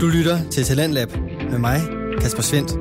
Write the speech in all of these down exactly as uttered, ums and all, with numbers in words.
Du lytter til Talentlab med mig, Kasper Svendt.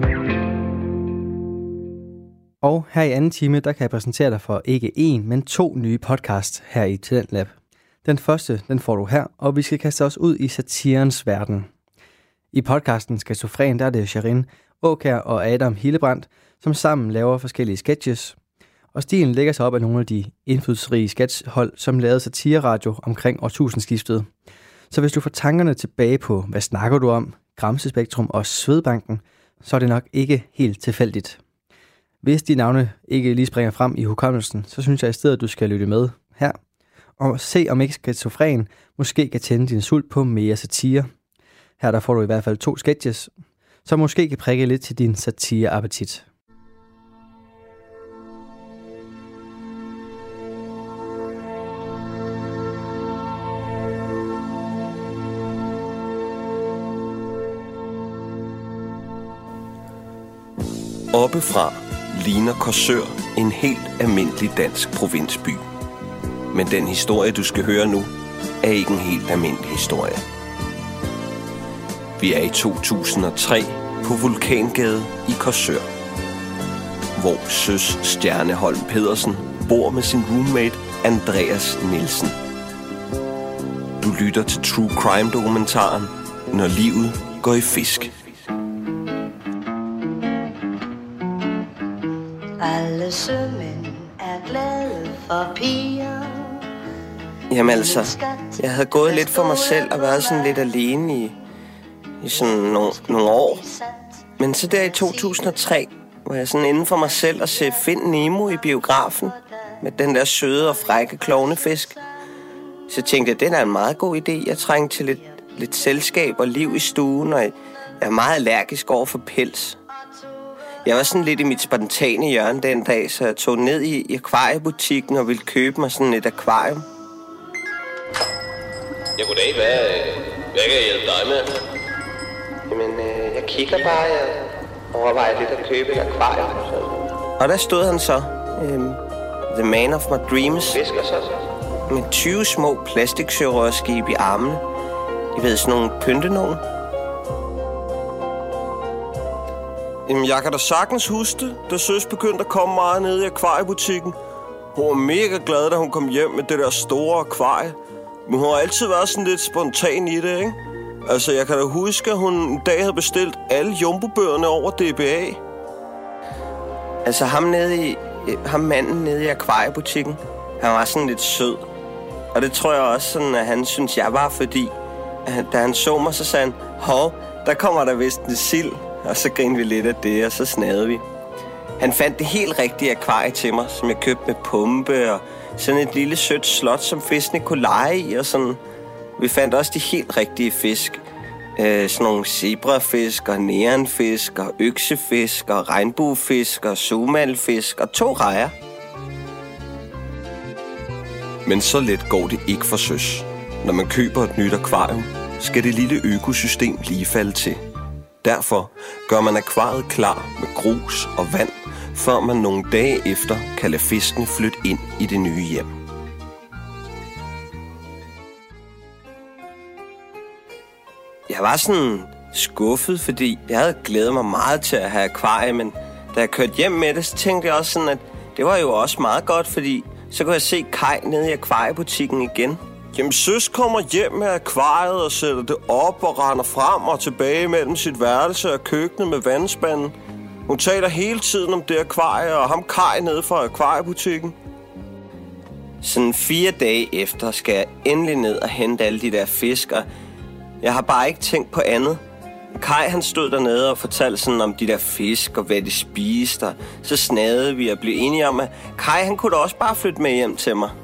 Og her i anden time, der kan jeg præsentere dig for ikke én, men to nye podcasts her i Talentlab. Den første, den får du her, og vi skal kaste os ud i satirens verden. I podcasten Skizofren, der er det Sherin Aakjær og Adam Hildebrandt, som sammen laver forskellige sketches. Og stilen lægger sig op af nogle af de indflydelsesrige sketchhold, som lavede satireradio omkring årtusindskiftet. Så hvis du får tankerne tilbage på, hvad snakker du om, Gramsespektrum og Svedbanken, så er det nok ikke helt tilfældigt. Hvis de navne ikke lige springer frem i hukommelsen, så synes jeg i stedet, at du skal lytte med her, og se om ikke Skizofren måske kan tænde din sult på mere satire. Her der får du i hvert fald to sketches, som måske kan prikke lidt til din satireappetit. Oppefra ligner Korsør en helt almindelig dansk provinsby. Men den historie, du skal høre nu, er ikke en helt almindelig historie. Vi er i to tusind og tre på Vulkangade i Korsør, hvor søs Stjerne Holm Pedersen bor med sin roommate Andreas Nielsen. Du lytter til True Crime-dokumentaren, Når livet går i fisk. Alle sømænd er glade for piger. Jamen altså, jeg havde gået lidt for mig selv og været sådan lidt alene i, i sådan nogle, nogle år. Men så der i to tusind og tre var jeg sådan inden for mig selv og se Find Nemo i biografen med den der søde og frække klovnefisk. Så tænkte jeg, den er en meget god idé. Jeg trængte til lidt, lidt selskab og liv i stuen, og jeg er meget allergisk over for pels. Jeg var sådan lidt i mit spontane hjørne den dag, så jeg tog ned i, i akvariebutikken og ville købe mig sådan et akvarium. Ja, goddag. Hvad, hvad kan jeg hjælpe dig med? Jamen, øh, jeg kigger bare, jeg overvejer lidt at købe et akvarium. Så. Og der stod han så, øh, the man of my dreams. Fisker så? Med tyve små plastiksørørskib i armene. I ved, sådan nogle pyntenogen. Jamen, jeg kan da sagtens huske det, da søs begyndte at komme meget ned i akvariebutikken. Hun var mega glad, da hun kom hjem med det der store akvarie. Men hun har altid været sådan lidt spontan i det, ikke? Altså, jeg kan da huske, at hun en dag havde bestilt alle Jumbo-bøgerne over D B A. Altså, ham, nede i, ham manden nede i akvariebutikken, han var sådan lidt sød. Og det tror jeg også, sådan, at han synes, jeg var, fordi at, da han så mig, så sagde han, hov, der kommer der vist en sild. Og så grinede vi lidt af det, og så snadede vi. Han fandt det helt rigtige akvarie til mig, som jeg købte med pumpe, og sådan et lille sødt slot, som fiskene kunne lege i, og sådan. Vi fandt også de helt rigtige fisk. Øh, sådan nogle zebrafisk, og neonfisk, og øksefisk, og regnbuefisk, og somalfisk, og to rejer. Men så let går det ikke for søs. Når man køber et nyt akvarium, skal det lille økosystem lige falde til. Derfor gør man akvariet klar med grus og vand, før man nogle dage efter kan lade fiskene flytte ind i det nye hjem. Jeg var sådan skuffet, fordi jeg havde glædet mig meget til at have akvarie, men da jeg kørte hjem med det, så tænkte jeg også sådan, at det var jo også meget godt, fordi så kunne jeg se Kai nede i akvariebutikken igen. Jamen, søs kommer hjem med akvariet og sætter det op og render frem og tilbage mellem sit værelse og køkkenet med vandspanden. Hun taler hele tiden om det akvarie og ham Kai nede fra akvariebutikken. Sådan fire dage efter skal jeg endelig ned og hente alle de der fisk, og jeg har bare ikke tænkt på andet. Kai han stod dernede og fortalte sådan om de der fisk og hvad de spiste, og så snadede vi og blev enige om, at Kai han kunne da også bare flytte med hjem til mig.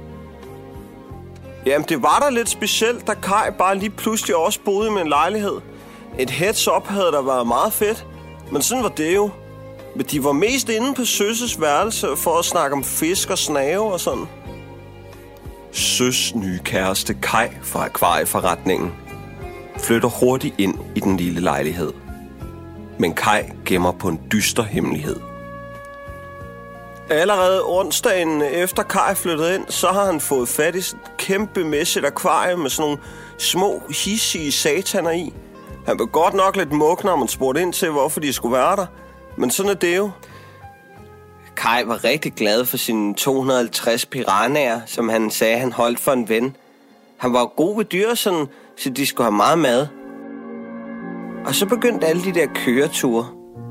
Jamen, det var da lidt specielt, da Kai bare lige pludselig også boede i min lejlighed. Et heads up havde der været meget fedt, men sådan var det jo. Men de var mest inde på søs' værelse for at snakke om fisk og snave og sådan. Søs' nye kæreste Kai fra akvarieforretningen flytter hurtigt ind i den lille lejlighed. Men Kai gemmer på en dyster hemmelighed. Allerede onsdagen efter Kai flyttede ind, så har han fået fat i et kæmpemæssigt akvarie med sådan nogle små hissige sataner i. Han blev godt nok lidt muk, når man spurgte ind til, hvorfor de skulle være der. Men sådan er det jo. Kai var rigtig glad for sine to hundrede og halvtreds piranhaer, som han sagde, han holdt for en ven. Han var god ved dyr, sådan, så de skulle have meget mad. Og så begyndte alle de der køreture.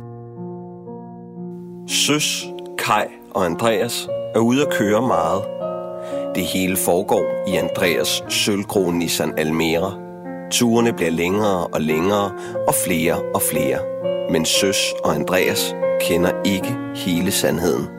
Søs, Kai og Andreas er ude at køre meget. Det hele foregår i Andreas sølvgrå Nissan Almera. Turene bliver længere og længere og flere og flere. Men Søs og Andreas kender ikke hele sandheden.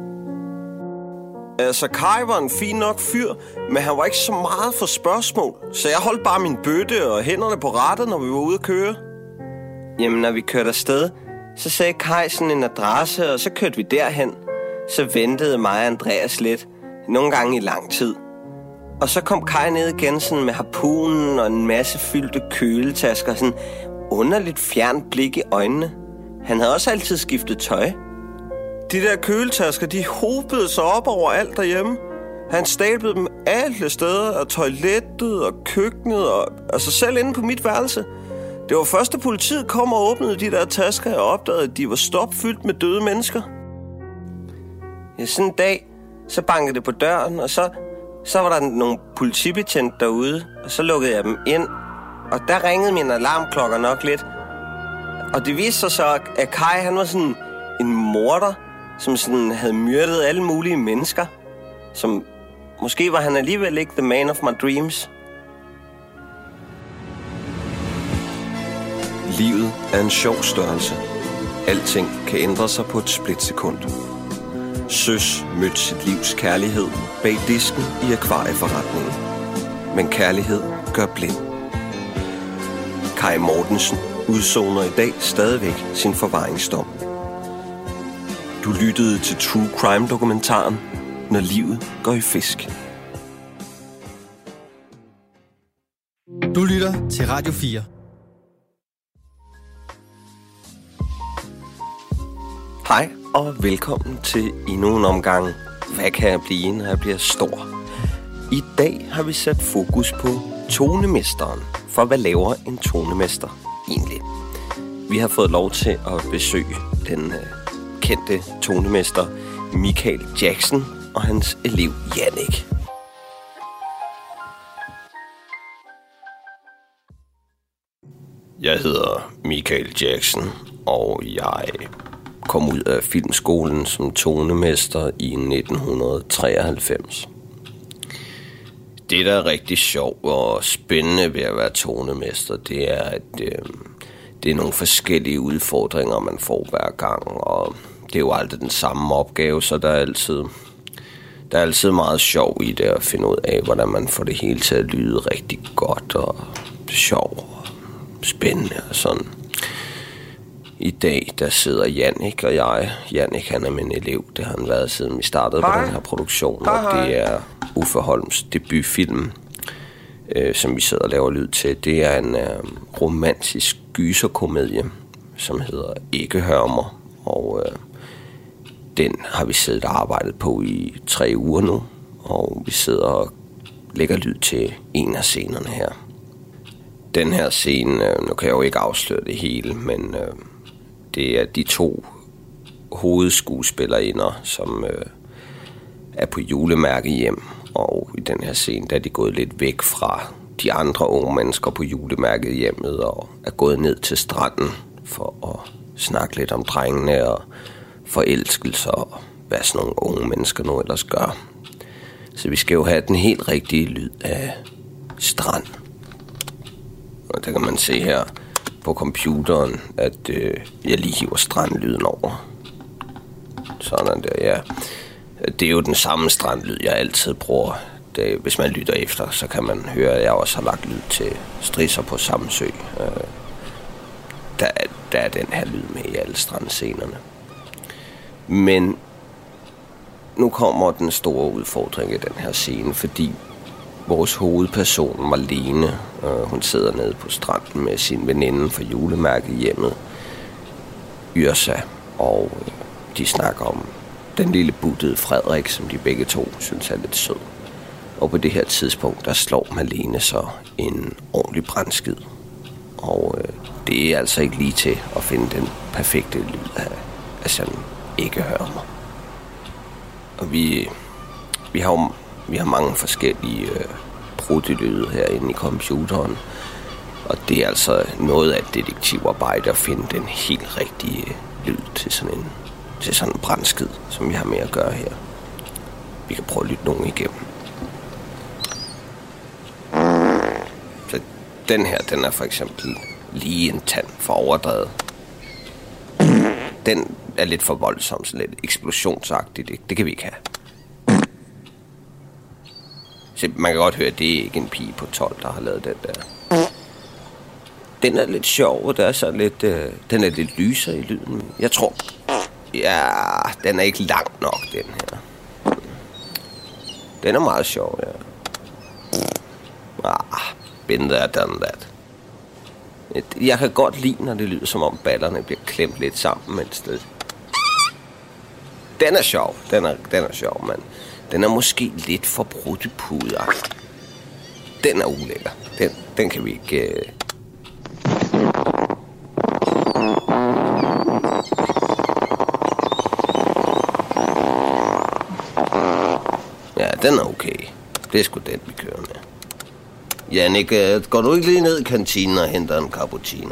Altså, Kai var en fin nok fyr, men han var ikke så meget for spørgsmål. Så jeg holdt bare min bøtte og hænderne på rattet, når vi var ude at køre. Jamen, når vi kørte afsted, så sagde Kai sådan en adresse, og så kørte vi derhen. Så ventede mig og Andreas lidt, nogle gange i lang tid. Og så kom Kai ned igen sådan med harpunen og en masse fyldte køletasker, sådan underligt fjernt blik i øjnene. Han havde også altid skiftet tøj. De der køletasker, de hobede sig op over alt derhjemme. Han stablede dem alle steder, af toilettet og køkkenet, og altså selv inde på mit værelse. Det var først, da politiet kom og åbnede de der tasker, og opdagede, at de var stopfyldt med døde mennesker. Ja, sådan en dag, så bankede det på døren, og så, så var der nogle politibetjente derude, og så lukkede jeg dem ind. Og der ringede mine alarmklokker nok lidt. Og det viste sig så, at Kai, han var sådan en morder, som sådan havde myrdet alle mulige mennesker. Som måske var han alligevel ikke the man of my dreams. Livet er en sjov størrelse. Alting kan ændre sig på et splitsekund. Søs mødte sit livs kærlighed bag disken i akvarieforretningen. Men kærlighed gør blind. Kai Mortensen udsoner i dag stadigvæk sin forvaringsdom. Du lyttede til True Crime-dokumentaren, Når livet går i fisk. Du lytter til Radio fire. Hej og velkommen til endnu en omgang. Hvad kan jeg blive, når jeg bliver stor? I dag har vi sat fokus på tonemesteren. For hvad laver en tonemester egentlig? Vi har fået lov til at besøge den uh, kendte tonemester Michael Jackson og hans elev Jannik. Jeg hedder Michael Jackson, og jeg kom ud af filmskolen som tonemester i nitten treoghalvfems. Det, der er rigtig sjovt og spændende ved at være tonemester, det er, at øh, det er nogle forskellige udfordringer, man får hver gang, og det er jo aldrig den samme opgave, så der er altid, der er altid meget sjov i det at finde ud af, hvordan man får det hele til at lyde rigtig godt og sjov og spændende og sådan. I dag, der sidder Jannik og jeg. Jannik, han er min elev. Det har han været, siden vi startede hej. på den her produktion. Hej, og det er Uffe Holms debutfilm, øh, som vi sidder og laver lyd til. Det er en øh, romantisk gyserkomedie, som hedder Æggehørmer. Og øh, den har vi siddet og arbejdet på i tre uger nu. Og vi sidder og lægger lyd til en af scenerne her. Den her scene, øh, nu kan jeg jo ikke afsløre det hele, men øh, det er de to hovedskuespillerinder, som øh, er på julemærke hjem. Og i den her scene, der er de gået lidt væk fra de andre unge mennesker på julemærket hjemmet og er gået ned til stranden for at snakke lidt om drengene og forelskelser og hvad sådan nogle unge mennesker nu ellers gør. Så vi skal jo have den helt rigtige lyd af strand. Og der kan man se her på computeren, at øh, jeg lige hiver strandlyden over. Sådan der, ja. Det er jo den samme strandlyd, jeg altid bruger. Det, hvis man lytter efter, så kan man høre, at jeg også har lagt lyd til Strisser på Samsø. Øh, der, der er den her lyd med i alle strandscenerne. Men nu kommer den store udfordring i den her scene, fordi vores hovedperson, Marlene, øh, hun sidder nede på stranden med sin veninde fra julemærket hjemmet, Yrsa, og øh, de snakker om den lille buttede Frederik, som de begge to synes er lidt sød. Og på det her tidspunkt, der slår Marlene så en ordentlig brandskid. Og øh, det er altså ikke lige til at finde den perfekte lyd af, at sådan ikke hører mig. Og vi, vi, har, jo, vi har mange forskellige øh, protelyde herinde i computeren. Og det er altså noget af et detektivarbejde at finde den helt rigtige lyd til sådan en, til sådan en brandskid, som vi har med at gøre her. Vi kan prøve at lytte nogen igennem. Så den her, den er for eksempel lige en tand for overdrevet. Den er lidt for voldsom, så lidt eksplosionsagtigt. Det, det kan vi ikke have. Så man kan godt høre, at det er ikke en pige på tolv, der har lavet den der. Den er lidt sjov, og der er så lidt, øh, den er lidt lyser i lyden. Jeg tror, ja, den er ikke lang nok, den her. Den er meget sjov, ja. Ah, been there, done that. Jeg kan godt lide, når det lyder, som om ballerne bliver klemt lidt sammen et sted. Den er sjov, den er, den er sjov, men den er måske lidt for brudtepudagtig. Den er ulækker. Den, den kan vi ikke... Øh... Ja, den er okay. Det er sgu den, vi kører med. Jannik, går du ikke lige ned i kantinen og henter en cappuccino?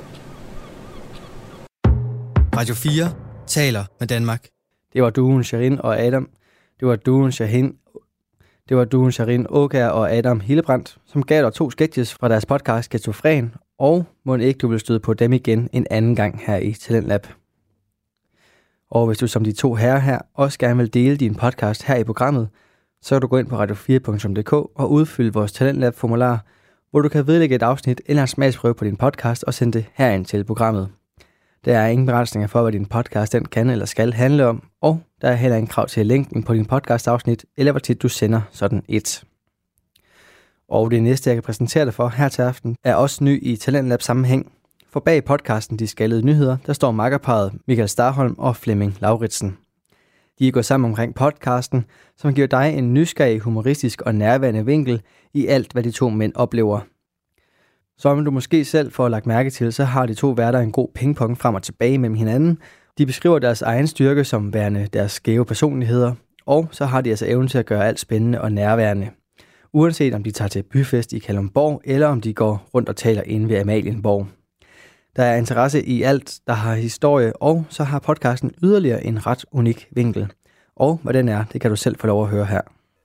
Radio fire taler med Danmark. Det var duoen Shirin og Adam. Det var duoen Shirin. Det var duoen Shirin Aakjær og Adam Hildebrandt, som gav dig to sketches fra deres podcast Skizofren, og må ikke du vil støde på dem igen en anden gang her i Talentlab. Og hvis du som de to herrer her også gerne vil dele din podcast her i programmet, så kan du gå ind på radio fire punktum d k og udfylde vores Talentlab-formular, hvor du kan vedlægge et afsnit eller en smagsprøve på din podcast og sende det herind til programmet. Der er ingen begrænsninger for, hvad din podcast den kan eller skal handle om, og der er heller ingen krav til længden på din podcast-afsnit, eller hvor tit du sender sådan et. Og det næste, jeg kan præsentere dig for her til aften, er også ny i Talentlab-sammenhæng. For bag podcasten De Skaldede Nyheder, der står makkerparret Michael Starholm og Flemming Lauritsen. De er gået sammen omkring podcasten, som giver dig en nysgerrig, humoristisk og nærværende vinkel i alt, hvad de to mænd oplever. Som du måske selv får lagt mærke til, så har de to værter en god pingpong frem og tilbage mellem hinanden. De beskriver deres egen styrke som værende deres skæve personligheder, og så har de altså evnen til at gøre alt spændende og nærværende. Uanset om de tager til byfest i Kalundborg, eller om de går rundt og taler inde ved Amalienborg. Der er interesse i alt, der har historie, og så har podcasten yderligere en ret unik vinkel. Og hvad den er, det kan du selv få lov at høre her.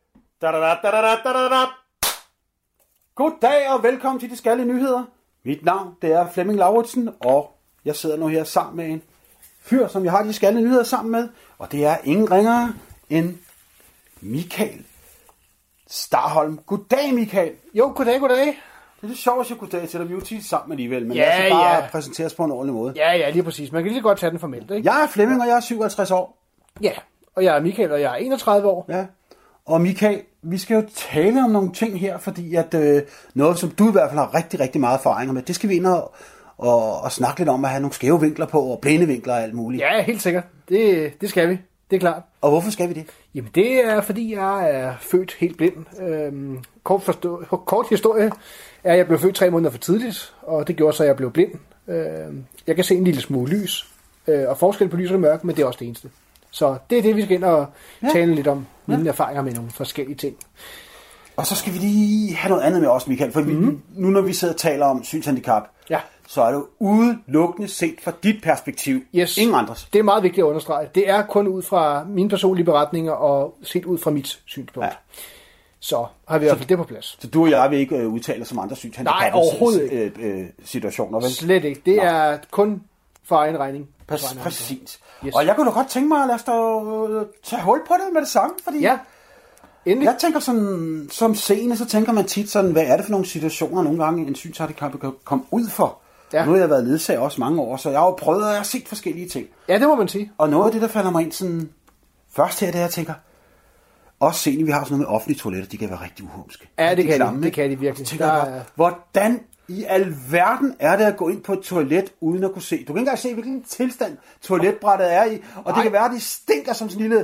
Goddag og velkommen til De Skaldede Nyheder. Mit navn det er Flemming Lauritsen, og jeg sidder nu her sammen med en fyr, som jeg har De Skaldede Nyheder sammen med. Og det er ingen ringere end Michael Starholm. Goddag, Michael. Jo, goddag, goddag. Det er lidt sjovt at sige goddag til dig. Vi er jo tit sammen alligevel, men ja, lad os bare ja. præsenteres på en ordentlig måde. Ja, ja, lige præcis. Man kan lige så godt tage den formelt, ikke? Jeg er Flemming, og jeg er syvoghalvtreds år. Ja, og jeg er Michael, og jeg er enogtredive år. Ja, og Michael, vi skal jo tale om nogle ting her, fordi at øh, noget, som du i hvert fald har rigtig, rigtig meget erfaringer med, det skal vi ind og, og, og snakke lidt om, at have nogle skæve vinkler på, og blinde vinkler og alt muligt. Ja, helt sikkert. Det, det skal vi. Det er klart. Og hvorfor skal vi det? Jamen, det er, fordi jeg er født helt blind. Øhm, kort, forstå- kort historie er, at jeg blev født tre måneder for tidligt, og det gjorde så, at jeg blev blind. Øhm, jeg kan se en lille smule lys, øh, og forskel på lys og mørke, men det er også det eneste. Så det er det, vi skal ind og tale ja. lidt om mine ja. erfaringer med nogle forskellige ting. Og så skal vi lige have noget andet med os, Michael, for mm-hmm. vi, nu når vi sidder og taler om synshandicap, ja. så er det udelukkende set fra dit perspektiv, yes. ingen andres. Det er meget vigtigt at understrege. Det er kun ud fra mine personlige beretninger og set ud fra mit synspunkt. Ja. Så har vi i hvert fald det på plads. Så du og jeg vil ikke øh, udtale som andre synshandicap øh, øh, situationer, vel? Slet ikke. Det Nej. er kun for egen regning. Præcis. Præcis. Yes. Og jeg kunne da godt tænke mig at lade os tage hul på det med det samme, fordi ja. Endelig. Jeg tænker sådan, som seende, så tænker man tit sådan, hvad er det for nogle situationer, nogle gange en synshandicap kan komme ud for? Ja. Nu har jeg været ledsager også mange år, så jeg har jo prøvet, at jeg har set forskellige ting. Ja, det må man sige. Og noget af det, der falder mig ind sådan, først her, det er, jeg tænker, også seende, vi har sådan noget med offentlige toiletter, de kan være rigtig uhumske. Ja, det, de kan klamme, de, det kan de virkelig. Tænker, der er... Hvordan i alverden er det at gå ind på et toilet, uden at kunne se? Du kan ikke engang se, hvilken tilstand toiletbrættet er i, og Ej. det kan være, at de stinker som sådan en lille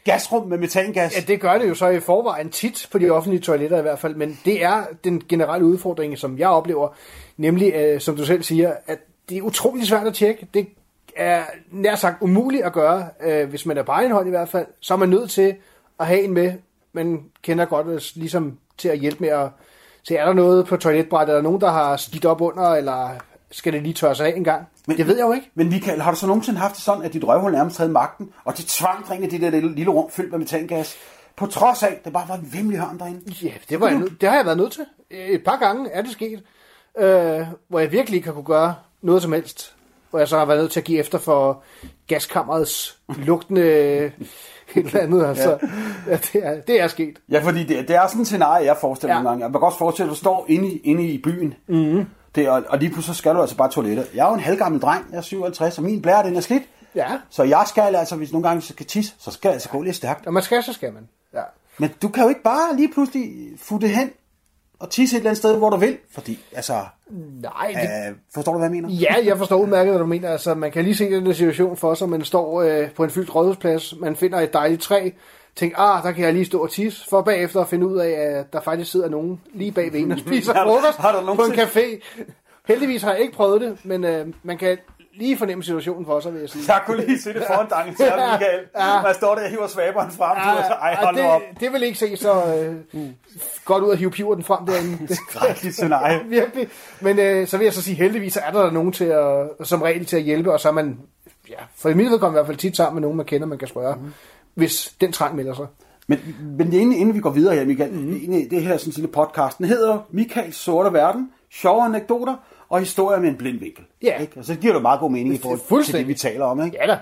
gasrum med metangas. Ja, det gør det jo så i forvejen tit på de offentlige toiletter i hvert fald, men det er den generelle udfordring, som jeg oplever, nemlig, øh, som du selv siger, at det er utrolig svært at tjekke. Det er nær sagt umuligt at gøre, øh, hvis man er på egen hånd i hvert fald. Så er man nødt til at have en med, man kender godt ligesom til at hjælpe med at se, er der noget på toiletbrættet, er der nogen, der har skidt op under, eller skal det lige tørre sig af en gang? Men, det ved jeg jo ikke. Men Michael, har du så nogensinde haft det sådan, at dit røvhul nærmest havde magten, og det tvang dig ind i det der lille, lille rum fyldt med metangas, på trods af, det bare var en vemmelig hørn derinde? Ja, det, var jeg nød, det har jeg været nødt til. Et par gange er det sket, øh, hvor jeg virkelig ikke har kunne gøre noget som helst, hvor jeg så har været nødt til at give efter for gaskammerets lugtende et eller andet. Altså. Ja. Ja, det, er, det er sket. Ja, fordi det, det er sådan et scenarie, jeg forestiller mig ja. nogle gange. Jeg kan godt forestille, at du står inde i, inde i byen, mm-hmm. det, og, og lige pludselig skal du altså bare toilettet. Jeg er jo en halvgammel dreng, jeg er syvoghalvtreds, og min blære, den er slidt. Ja. Så jeg skal altså, hvis nogle gange skal tisse, så skal jeg altså gå lidt stærkt. Når man skal, så skal man. Ja. Men du kan jo ikke bare lige pludselig futte hen og tisse et eller andet sted, hvor du vil. Fordi, altså... Nej, det... øh, forstår du, hvad jeg mener? Ja, jeg forstår udmærket, hvad du mener. Altså, man kan lige se den situation for sig. Man står øh, på en fyldt rådhusplads, man finder et dejligt træ, tænker, ah, der kan jeg lige stå og tisse, for bagefter at finde ud af, at der faktisk sidder nogen lige bag ved en og spiser frokost på en café. Heldigvis har jeg ikke prøvet det, men øh, man kan lige fornemme situationen for sig, vil jeg sige. Jeg kunne lige se det foran dig, Michael. Ja. Man står der og hiver svaberen frem, ja, og så, ej, hold det, op. Det vil ikke se så øh, mm. godt ud at hive piverten frem derinde. Det er skrækkeligt scenarie. Virkelig. Men øh, så vil jeg så sige, heldigvis så er der, der nogen til at, som regel til at hjælpe, og så er man, ja, for i mit vedkommende i hvert fald tit sammen med nogen, man kender, man kan spørge, mm. hvis den trang melder sig. Men, men inden, inden vi går videre her, Michael, mm. det her sådan lille podcast, den hedder Michaels Sorte Verden, sjove anekdoter og historier med en blind vinkel. Ja. Ikke? Og så giver det meget god mening i forhold til det, vi taler om. Ikke? Ja da.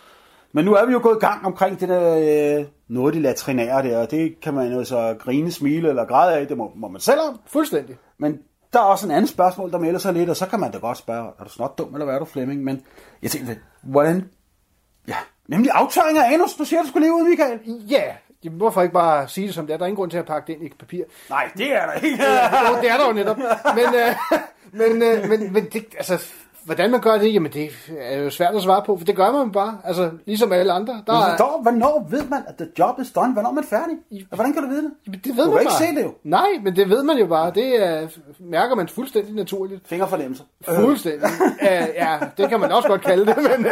Men nu er vi jo gået i gang omkring det der øh, noget af de latrinære der, og det kan man jo så grine, smile eller græde af, det må, må man selv om. Fuldstændig. Men der er også en anden spørgsmål, der melder sig lidt, og så kan man da godt spørge, er du snot dum, eller hvad er du, Flemming? Men jeg tænkte, hvordan... Ja, nemlig aftørring af anus, du siger, du skulle leve ud, Michael. Ja, yeah. Hvorfor ikke bare sige det som det er? Der er ingen grund til at pakke det ind i papir. Nej, det er der ikke. Jo, det er der jo netop. Men, øh, men, øh, men, men det, altså, hvordan man gør det, jamen det er jo svært at svare på, for det gør man bare, altså ligesom alle andre. Der er... Hvornår, hvornår ved man, at the job is done? Hvornår er man færdig? Hvordan kan du vide det? Jamen, det ved du man kan bare. ikke se det jo. Nej, men det ved man jo bare. Det er, mærker man fuldstændig naturligt. Fingerfornemmelser. Fuldstændig. uh, ja, det kan man også godt kalde det, men,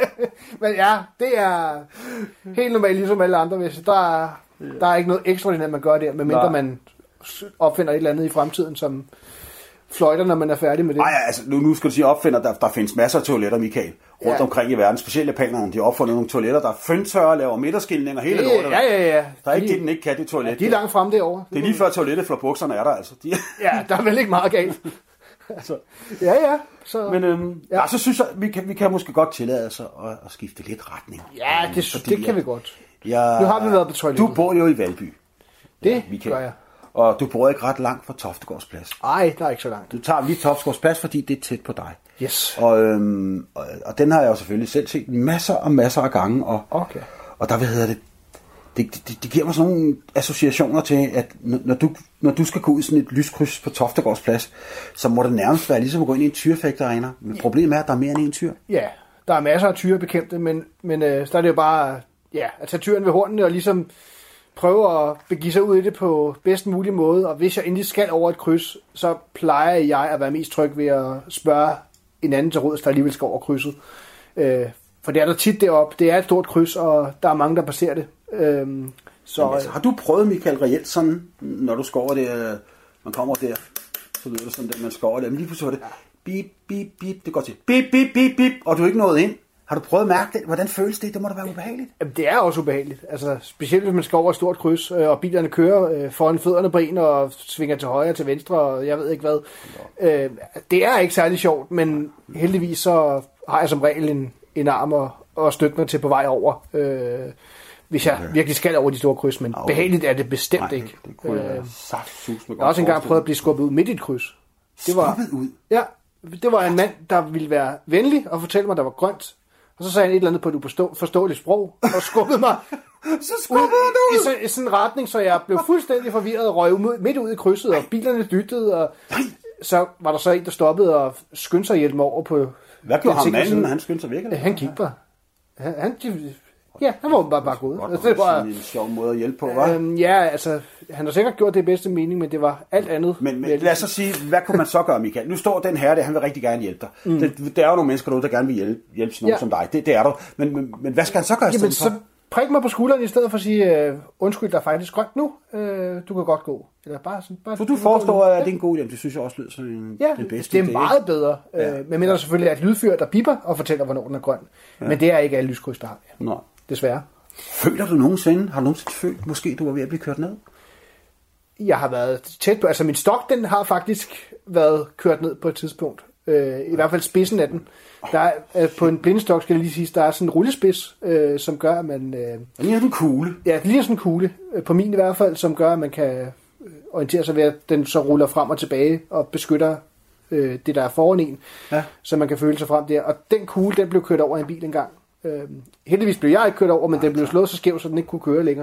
men ja, det er helt normalt ligesom alle andre. Hvis der, der er ikke noget ekstraordinært, man gør der, medmindre Nej. man opfinder et eller andet i fremtiden, som fløjter, når man er færdig med det. Nej, altså, nu, nu skal du sige opfinder, der, der findes masser af toiletter, Michael, rundt ja. omkring i verden. Specielt japanerne, de har opfundet nogle toiletter, der er fyndtørre, laver midterskilning og hele lortet. Ja, ja, ja. Der er ikke de, det, den ikke kan, det toilet. Ja, de er langt frem derovre. Det er lige før toilettet for bukserne er der, altså. De... ja, der er vel ikke meget galt. altså, ja, ja. Så, Men øhm, ja. Ja, så synes jeg, vi kan, vi kan måske godt tillade os at, at skifte lidt retning. Ja, det, fordi, det kan vi godt. Jeg, nu har vi været på toilettet. Du bor jo i Valby. Det ja, gør jeg. Og du bor ikke ret langt fra Toftegårdsplads. Nej, der er ikke så langt. Du tager lige Toftegårdsplads, fordi det er tæt på dig. Yes. Og, øhm, og, og den har jeg jo selvfølgelig selv set masser og masser af gange. Og, okay. og der, hvad hedder det, det, det, det giver mig sådan nogle associationer til, at når du, når du skal gå ud i sådan et lyskryds på Toftegårdsplads, så må det nærmest være ligesom at gå ind i en tyrefægterarena. Men problemet er, at der er mere end en tyr. Ja, der er masser af tyrebekæmpte, men, men øh, så er det jo bare ja, at tage tyren ved hornene og ligesom prøve at begive sig ud i det på bedst mulig måde, og hvis jeg endelig skal over et kryds, så plejer jeg at være mest tryg ved at spørge en anden til råds, der alligevel skal over krydset. Øh, for det er der tit deroppe. Det er et stort kryds, og der er mange, der passerer det. Øh, så, Jamen, altså, har du prøvet, Michael, reelt sådan, når du skal over det, man kommer der, så lyder det sådan, at man skal over det, men lige pludselig var det, bip, bip, bip, det går til, bip, bip, bip, bip, og du er ikke nået ind. Har du prøvet at mærke det? Hvordan føles det? Det må da være ubehageligt. Jamen, det er også ubehageligt. Altså, specielt hvis man skal over et stort kryds, øh, og bilerne kører øh, foran fødderne på en, og svinger til højre og til venstre, og jeg ved ikke hvad. Øh, det er ikke særlig sjovt, men heldigvis så har jeg som regel en, en arm og, og støtte mig til på vej over, øh, hvis jeg okay. virkelig skal over de store kryds. Men okay. behageligt er det bestemt Nej, ikke. Det kunne jeg, øh, jeg har også engang prøvet at blive skubbet ud midt i et kryds. Det var, skubbet ud? Ja, det var en mand, der ville være venlig og fortælle mig, der var grønt. Og så sagde han et eller andet på et uforståeligt sprog, og skubbede mig så skubbede ud, ud. I, så, i sådan en retning, så jeg blev fuldstændig forvirret og røg midt ud i krydset, og bilerne dyttede, og så var der så en, der stoppede og skyndte sig at hjælpe mig over på... Hvad gjorde ham manden? Han skyndte sig væk? Han gik bare. Han, han, Ja, han var bare, bare god. Godt, Altså, det var en sjov måde at hjælpe på, hva'? Øhm, ja, altså, han har sikkert gjort det i bedste mening, men det var alt andet. Men, men lad os så sige, hvad kunne man så gøre, Michael? Nu står den her, der, han vil rigtig gerne hjælpe dig. Mm. Det, der er jo nogle mennesker derude, der gerne vil hjælpe, hjælpe sådan nogen Ja. som dig. Det, det er der. Men, men, men hvad skal han så gøre i Jamen, stedet så for? prik mig på skulderen i stedet for at sige, øh, undskyld, der er faktisk grønt nu. Øh, du kan godt gå. Eller bare sådan, bare, Så du forestår, at det er en god idé. Det synes jeg også lyder som en, Ja, den bedste det er idé, meget ikke? bedre. Ja. Øh, men mindre selvfølgelig er et lydfyr, der piper og fortæller, hvornår den er grøn. Ja. Men det er ikke alle lyskryds, der har det. Nå. Desværre. Føler du nogensinde, har du nogensinde følt, måske du var ved at blive kørt ned? Jeg har været tæt på, altså min stok, den har faktisk været kørt ned på et tidspunkt. Øh, I hvert fald spidsen af den. Der er, øh, på en blindestok, skal jeg lige sige, der er sådan en rullespids, øh, som gør, at man... Øh, Det ligner en kugle. ja, det ligner sådan en kugle, øh, på min i hvert fald, som gør, at man kan øh, orientere sig ved, at den så ruller frem og tilbage og beskytter øh, det, der er foran en, Ja. så man kan føle sig frem der. Og den kugle, den blev kørt over i en bil engang. Øh, heldigvis blev jeg ikke kørt over, men den blev slået så skæv, så den ikke kunne køre længere.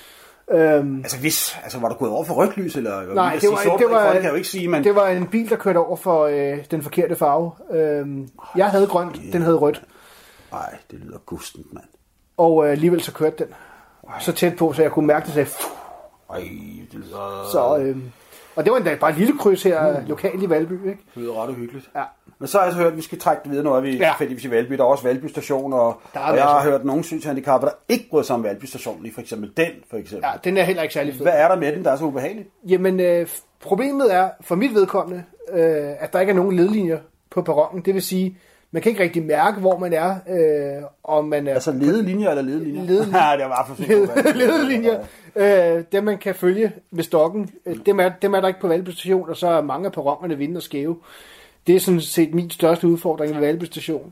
Øhm, Altså hvis, altså var du gået over for rødt lys, eller? Nej, det det var, sort, det, var, kan jeg jo ikke sige, men... det var en bil, der kørte over for øh, den forkerte farve. Øhm, jeg havde grønt, den havde rødt. Nej, det lyder gustent, mand. Og øh, alligevel så kørte den så tæt på, så jeg kunne mærke det, sagde, Ej, det lyder... så, øh, og det var endda bare et lille kryds her, mm. lokalt i Valby, ikke? Det lyder ret uhyggeligt. Ja. Men så har jeg så hørt, at vi skal trække det videre, nu er vi Ja. tilfældigvis i Valby. Der er også Valby Station, og, Der er og jeg masser. har hørt nogle synshandicappede, der ikke bryder sig om Valby Station, lige for eksempel den, for eksempel. Ja, den er heller ikke særlig fed. Hvad er der med den, der er så ubehageligt? Jamen, øh, problemet er, for mit vedkommende, øh, at der ikke er nogen ledlinjer på perronen. Det vil sige, man kan ikke rigtig mærke, hvor man er, øh, om man er... Altså ledelinjer eller ledelinjer? Ledelinjer. Ja, det var for fint. ledelinjer. Øh, dem man kan følge med stokken, øh, dem, er, dem er der ikke på Valby Station, og så er mange af perronerne vinde og skæve. Det er sådan set min største udfordring ved Valby Station.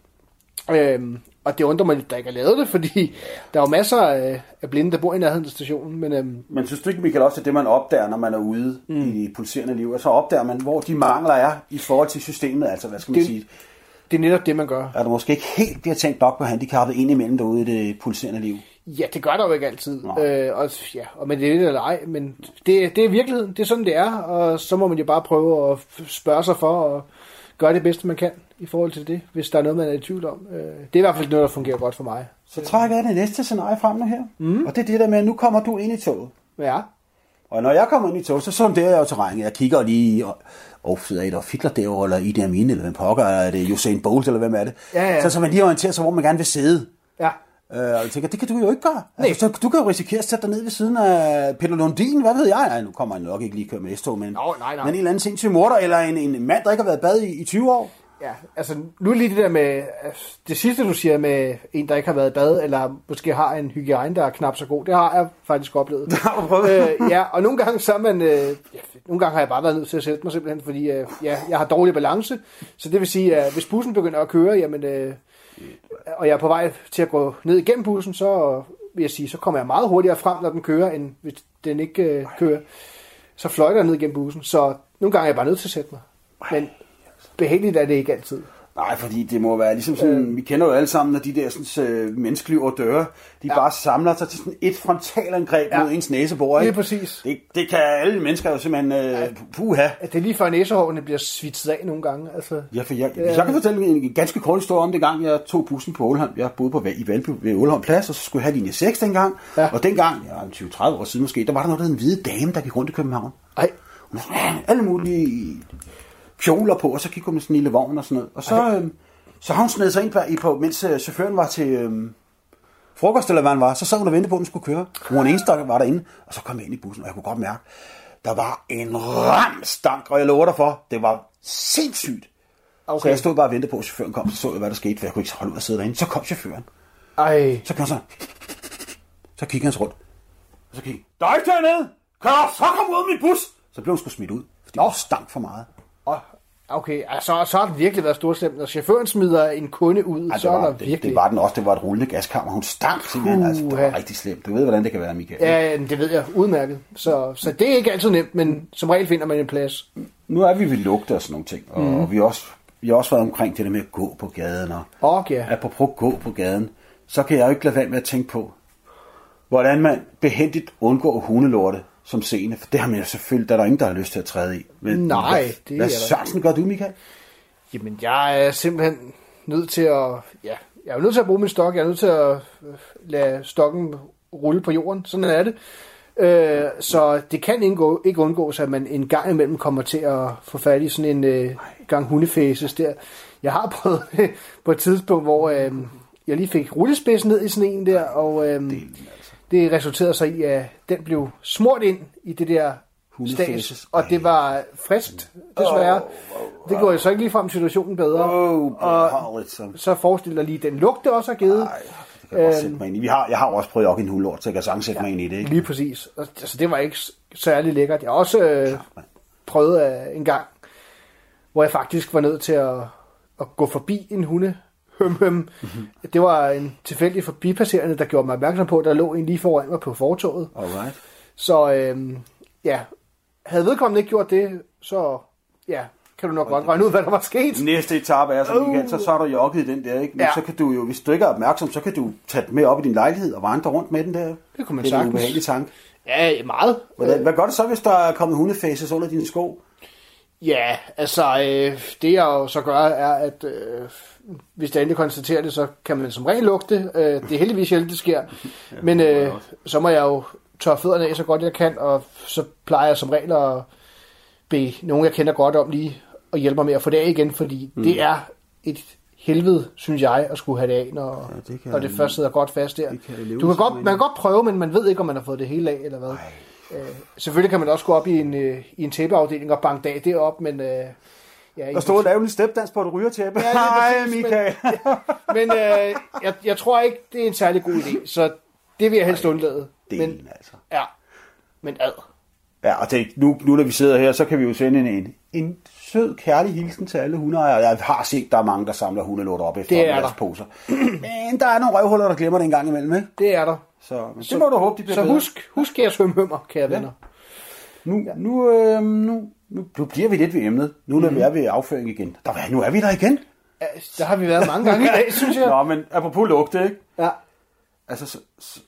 Øhm, og det undrer mig lidt, der ikke har lavet det, fordi der er jo masser af, af blinde, der bor i nærheden af stationen. Men, øhm, Men synes du ikke, Michael, også, at det man opdager, når man er ude mm. i det pulserende liv, og så opdager man, hvor de mangler er i forhold til systemet, altså hvad skal man Det- sige? det er netop det, man gør. Er du måske ikke helt bliver tænkt nok på handicappet indimellem derude i det pulserende liv? Ja, det gør der jo ikke altid. Øh, og, ja, og med det eller ej, men det, det er virkeligheden. Det er sådan, det er, og så må man jo bare prøve at spørge sig for og gøre det bedste, man kan i forhold til det, hvis der er noget, man er i tvivl om. Øh, det er i hvert fald noget, der fungerer godt for mig. Så trækker jeg det næste scenarie frem nu her. Mm. Og det er det der med, at nu kommer du ind i toget. Ja. Og når jeg kommer ind i toget, så sonderer jeg jo terrænet. Jeg kigger lige, og oh, sidder et og fitler derovre, eller Idi Amin, eller hvem pokker, er det Usain Bolt, eller hvem er det? Ja, ja. Så, så man lige orienterer sig, hvor man gerne vil sidde. Ja. Øh, og jeg tænker, det kan du jo ikke gøre. Altså, så, du kan jo risikere at sætte dig ned ved siden af Peter Lundin, hvad ved jeg? Ej, nu kommer han nok ikke lige køre med S-tog, men, Nå, nej, nej. men en eller anden sindssyg morder, eller en, en mand, der ikke har været bad i, i tyve år. Ja, altså nu lige det der med, det sidste du siger med en, der ikke har været i bad, eller måske har en hygiejne, der er knap så god, det har jeg faktisk oplevet. Det har du prøvet. øh, ja, og nogle gange så er man, øh, ja, nogle gange har jeg bare været nødt til at sætte mig simpelthen, fordi øh, ja, jeg har dårlig balance, så det vil sige, at hvis bussen begynder at køre, jamen, øh, og jeg er på vej til at gå ned igennem bussen, så vil jeg sige, så kommer jeg meget hurtigere frem, når den kører, end hvis den ikke øh, kører. Så fløjter jeg ned igennem bussen, så nogle gange er jeg bare nødt til at sætte mig. Men behageligt er det ikke altid. Nej, fordi det må være ligesom sådan, øh. vi kender jo alle sammen, når de der sådan, øh, menneskelige ordører, de Ja. bare samler sig til sådan et frontalangreb Ja. mod ens næsebor, ikke? Det er præcis. Det, det kan alle mennesker jo simpelthen, øh, puha. At det er lige før næsehårene bliver svitset af nogle gange. Altså, Ja, for jeg, hvis jeg kan fortælle en ganske kort historie om det gang, jeg tog bussen på Ålholm. Jeg boede på, i Valby ved Ålholm Plads, og så skulle jeg have linje seks dengang. Ja. Og dengang, ja, tyve til tredive år siden måske, der var der noget, der hed en hvide dame, der gik rundt i København. ej, Hun havde alle mulige kjoler på, og så gik hun med sådan en lille vogn og sådan noget. Og så, øhm, så har hun snedet sig ind i på, mens øh, chaufføren var til øhm, frokost, eller hvad han var, så sad hun og ventede på, at den skulle køre. Hun var den eneste, der var derinde, og så kom jeg ind i bussen, og jeg kunne godt mærke, der var en ram stank, og jeg lover dig for, det var sindssygt. Okay. Så jeg stod bare og ventede på, at chaufføren kom, så så jeg, hvad der skete, for jeg kunne ikke holde ud at sidde derinde. Så kom chaufføren. ej. Så kom han så, så kiggede han rundt. Og så kiggede der er ikke dernede! Kan du så komme ud af min bus? Så blev hun sgu smidt ud, fordi det stank for meget. Oh, okay, altså, så har det virkelig været storslemt. Når chaufføren smider en kunde ud, Ej, så det, er var, der det, virkelig... det var den også, det var et rullende gaskammer. Hun stank simpelthen, altså, det var Puha. rigtig slemt. Du ved, hvordan det kan være, Michael. Ja, det ved jeg udmærket. Så, så det er ikke altid nemt, men som regel finder man en plads. Nu er vi ved lugte og sådan nogle ting, og, Mhm. mm. og vi, har også, vi har også været omkring det der med at gå på gaden. Og Okay. apropos gå på gaden, så kan jeg jo ikke lade være med at tænke på, hvordan man behendigt undgår hundelorte som scene. For det har man jo selvfølgelig, der er der ingen, der har lyst til at træde i. Men, Nej, hvad, det hvad er der sørsen gør du, Michael? Jamen, jeg er simpelthen nødt til at ja, jeg er nødt til at bruge min stok, jeg er nødt til at lade stokken rulle på jorden, sådan er det. Øh, så det kan indgå, ikke undgås, at man en gang imellem kommer til at få fat i sådan en øh, gang hundefæses der. Jeg har prøvet det på et tidspunkt, hvor øh, jeg lige fik rullespidsen ned i sådan en der, og øh, det resulterede sig i, at den blev smurt ind i det der stas, og det var friskt, desværre. Oh, oh, oh. Det går jo så ikke lige frem situationen bedre. Oh, og så forestil dig lige, den lugt det også har givet. Ej, det kan jeg sætte mig ind i. Vi har, jeg har også prøvet at jokke en hulort, så jeg kan sagtens sætte ja, mig ind i det. Ikke? Lige præcis. Altså, det var ikke særlig lækkert. Jeg har også øh, prøvet øh, en gang, hvor jeg faktisk var nødt til at, at gå forbi en hunde. Høm, høm. Mm-hmm. Det var en tilfældig forbipasserende, der gjorde mig opmærksom på, at der lå en lige foran mig på fortovet. Alright. Så øh, ja, havde vedkommende ikke gjort det, så ja, kan du nok godt regne ud, hvad der var sket. Næste etape er, så, Michael, så, så er du jokket i den der, ikke? Men ja. Så kan du jo, hvis du ikke er opmærksom, så kan du tage den med op i din lejlighed og vandre rundt med den der. Det kunne man sagtens. Det er en sagtens. ubehagelig tanke. Ja, meget. Hvad, hvad gør det så, hvis der er kommet hundefaces under dine sko? Ja, altså, øh, det jeg jo så gør, er, at øh, hvis der endelig konstaterer det, så kan man som regel lugte. Øh, det er heldigvis sjældent, det sker. Ja, men øh, så må jeg jo tørre fødderne af så godt jeg kan, og så plejer jeg som regel at bede nogen, jeg kender godt om lige at hjælpe mig med at få det af igen, fordi mm. det er et helvede, synes jeg, at skulle have det af, når, ja, det, når det først sidder godt fast der. Kan du kan godt, man kan godt prøve, men man ved ikke, om man har fået det hele af, eller hvad. Øh, selvfølgelig kan man også gå op i en, øh, i en tæppeafdeling og banke dag derop, men... Øh, ja, og stå og lave en stepdans på et rygertæppe. Ja, nej, Michael. Men, men øh, jeg, jeg tror ikke, det er en særlig god idé, så det vil jeg helst undlade. Det men, en, altså. Ja, men ad. Ja, og det, nu, nu da vi sidder her, så kan vi jo sende en, en, en sød, kærlig hilsen til alle hundeejere. Jeg har set, der er mange, der samler hundelort op efter deres poser. Men der er nogle røvhuller, der glemmer det en gang imellem, ikke? Det er der. Så, men så må du håbe, de bliver Så bedre. husk, husk jeres svømmehømmer, kære ja. venner. Nu, ja. nu, øh, nu, nu, nu bliver vi lidt ved emnet. Nu mm-hmm. er vi ved afføring igen. Der, nu er vi der igen. Ja, der har vi været mange gange i dag, synes jeg. Nå, men apropos lugte, ikke? Ja. Altså, så,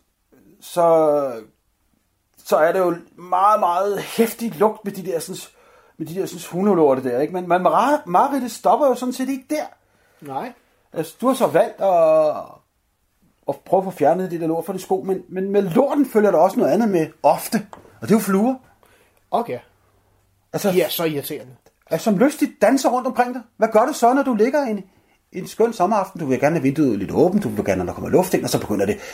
så, så er det jo meget, meget hæftig lugt med de der, sådan, med de der sådan, hundelorte der, ikke? Men man, Marit stopper jo sådan set ikke der. Nej. Altså, du har så valgt at, at prøve at få fjernet det der lort fra de sko, men, men med lorten følger der også noget andet med ofte, og det er jo fluer. Okay. Altså, de er så irriterende. Altså, som lystigt danser rundt omkring dig. Hvad gør du så, når du ligger i en, en skøn sommeraften? Du vil gerne have vinduet lidt åbent, du vil gerne, når der kommer luft ind, og så begynder det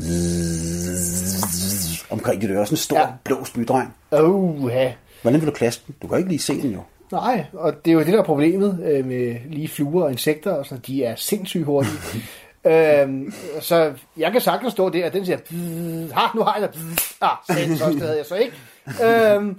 omkring dit øre. Sådan en stor ja. blå spydregn. Uh, ja. Hvordan vil du klaske den? Du kan ikke lige se den jo. Nej, og det er jo det, der er problemet øh, med lige fluer og insekter, og sådan, de er sindssygt hurtige. øhm, så jeg kan sagtens stå der, og den siger, ha, nu har jeg det. Ah, så det havde jeg så ikke. øhm,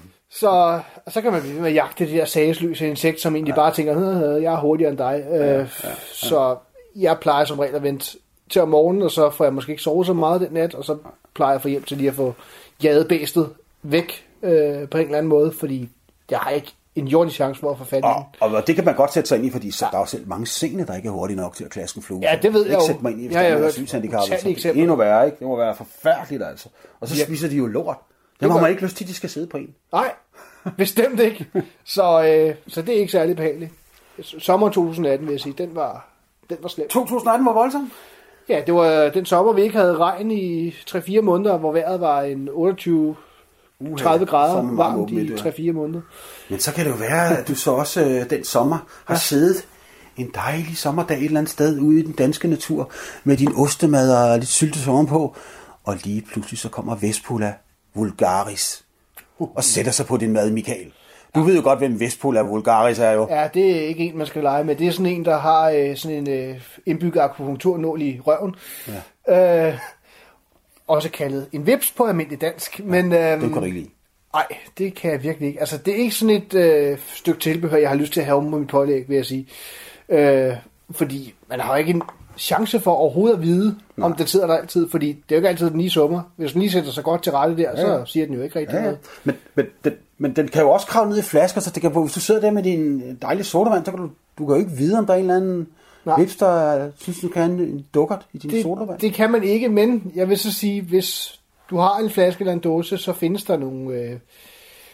så, så kan man blive med at jagte det der sagesløse insekt, som egentlig ja. bare tænker, jeg er hurtigere end dig. Øh, ja, ja, ja. Så jeg plejer som regel at vente til om morgenen, og så får jeg måske ikke sovet så meget den nat, og så plejer jeg at få hjælp til lige at få jaget bæstet væk øh, på en eller anden måde, fordi jeg har ikke en jordig chance for at få fat i og, og det kan man godt sætte sig ind i, fordi så ja. der er jo selv mange sener, der ikke er hurtige nok til at klaske en flue. Ja, det ved jeg jo. Ikke sætte mig ind i, hvis ja, der er synshandicappet. Det er endnu værre, ikke? Det må være forfærdeligt, altså. Og så ja. spiser de jo lort. Dem har man ikke lyst til, at de skal sidde på en. Nej, bestemt ikke. Så, øh, så det er ikke særlig behageligt. Sommer to tusind atten, vil jeg sige, den var, den var slem. to tusind atten var voldsom? Ja, det var den sommer, vi ikke havde regn i tre fire måneder, hvor vejret var en otteogtyve til tredive grader varmt i tre fire måneder. Men så kan det jo være, at du så også øh, den sommer har ja. siddet en dejlig sommerdag et eller andet sted ude i den danske natur med din ostemad og lidt syltetøj på, og lige pludselig så kommer Vespulla vulgaris og sætter sig på din mad, Michael. Du ved jo godt, hvem Vespulla vulgaris er jo. Ja, det er ikke en, man skal lege med. Det er sådan en, der har øh, sådan en øh, indbygget akupunkturnål i røven. Ja. Øh, også kaldet en vips på almindelig dansk. Men, øh, det kan du ikke lide. Nej, det kan jeg virkelig ikke. Altså, det er ikke sådan et øh, stykke tilbehør, jeg har lyst til at have om på mit pålæg, vil jeg sige. Øh, fordi man har jo ikke en chance for overhovedet at vide, nej. om den sidder der altid, fordi det er jo ikke altid, den lige summer. Hvis den lige sætter sig godt til rette der, ja, ja. så siger den jo ikke rigtig ja, ja. noget. Men, men, den, men den kan jo også kravle ned i flasker, så det kan, hvis du sidder der med din dejlige sodavand, så kan du, du kan jo ikke vide, om der er en eller anden vips, der synes, du kan en dukkert i din det, sodavand. Det kan man ikke, men jeg vil så sige, hvis du har en flaske eller en dåse, så findes der nogle, øh,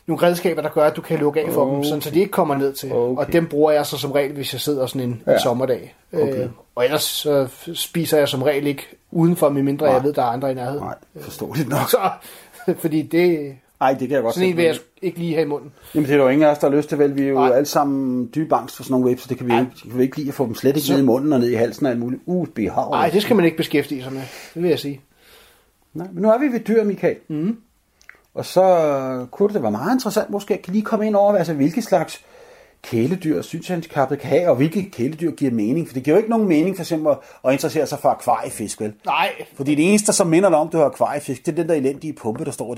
nogle redskaber, der gør, at du kan lukke af for okay. dem, sådan, så de ikke kommer ned til. Okay. Og dem bruger jeg så som regel, hvis jeg sidder sådan en, ja. en sommerdag. Okay. Øh, og ellers så spiser jeg som regel ikke udenfor, medmindre jeg ved, der er andre i nærheden. Nej, forståeligt nok. Så, fordi det... Ej, det kan jeg godt sådan en vil jeg ikke lige have i munden. Jamen, det er jo ingen af os, der har lyst til, vel? Vi er jo alle sammen dyb angst for sådan nogle webs, så det kan vi, ikke, kan vi ikke lide at få dem slet ikke så... ned i munden og ned i halsen og alt muligt. Uh, behag. Nej, det skal man ikke beskæftige sig med, det vil jeg sige. Nej, men nu er vi ved dyr, Michael. Mm. Og så kunne det være meget interessant måske, at kan lige komme ind over, altså hvilke slags kæledyr synshandicappede kan have, og hvilke kæledyr giver mening. For det giver jo ikke nogen mening for eksempel at interessere sig for akvariefisk, vel? Nej. Fordi det eneste, som minder dig om, du har akvariefisk, det er den der elendige pumpe, der står der.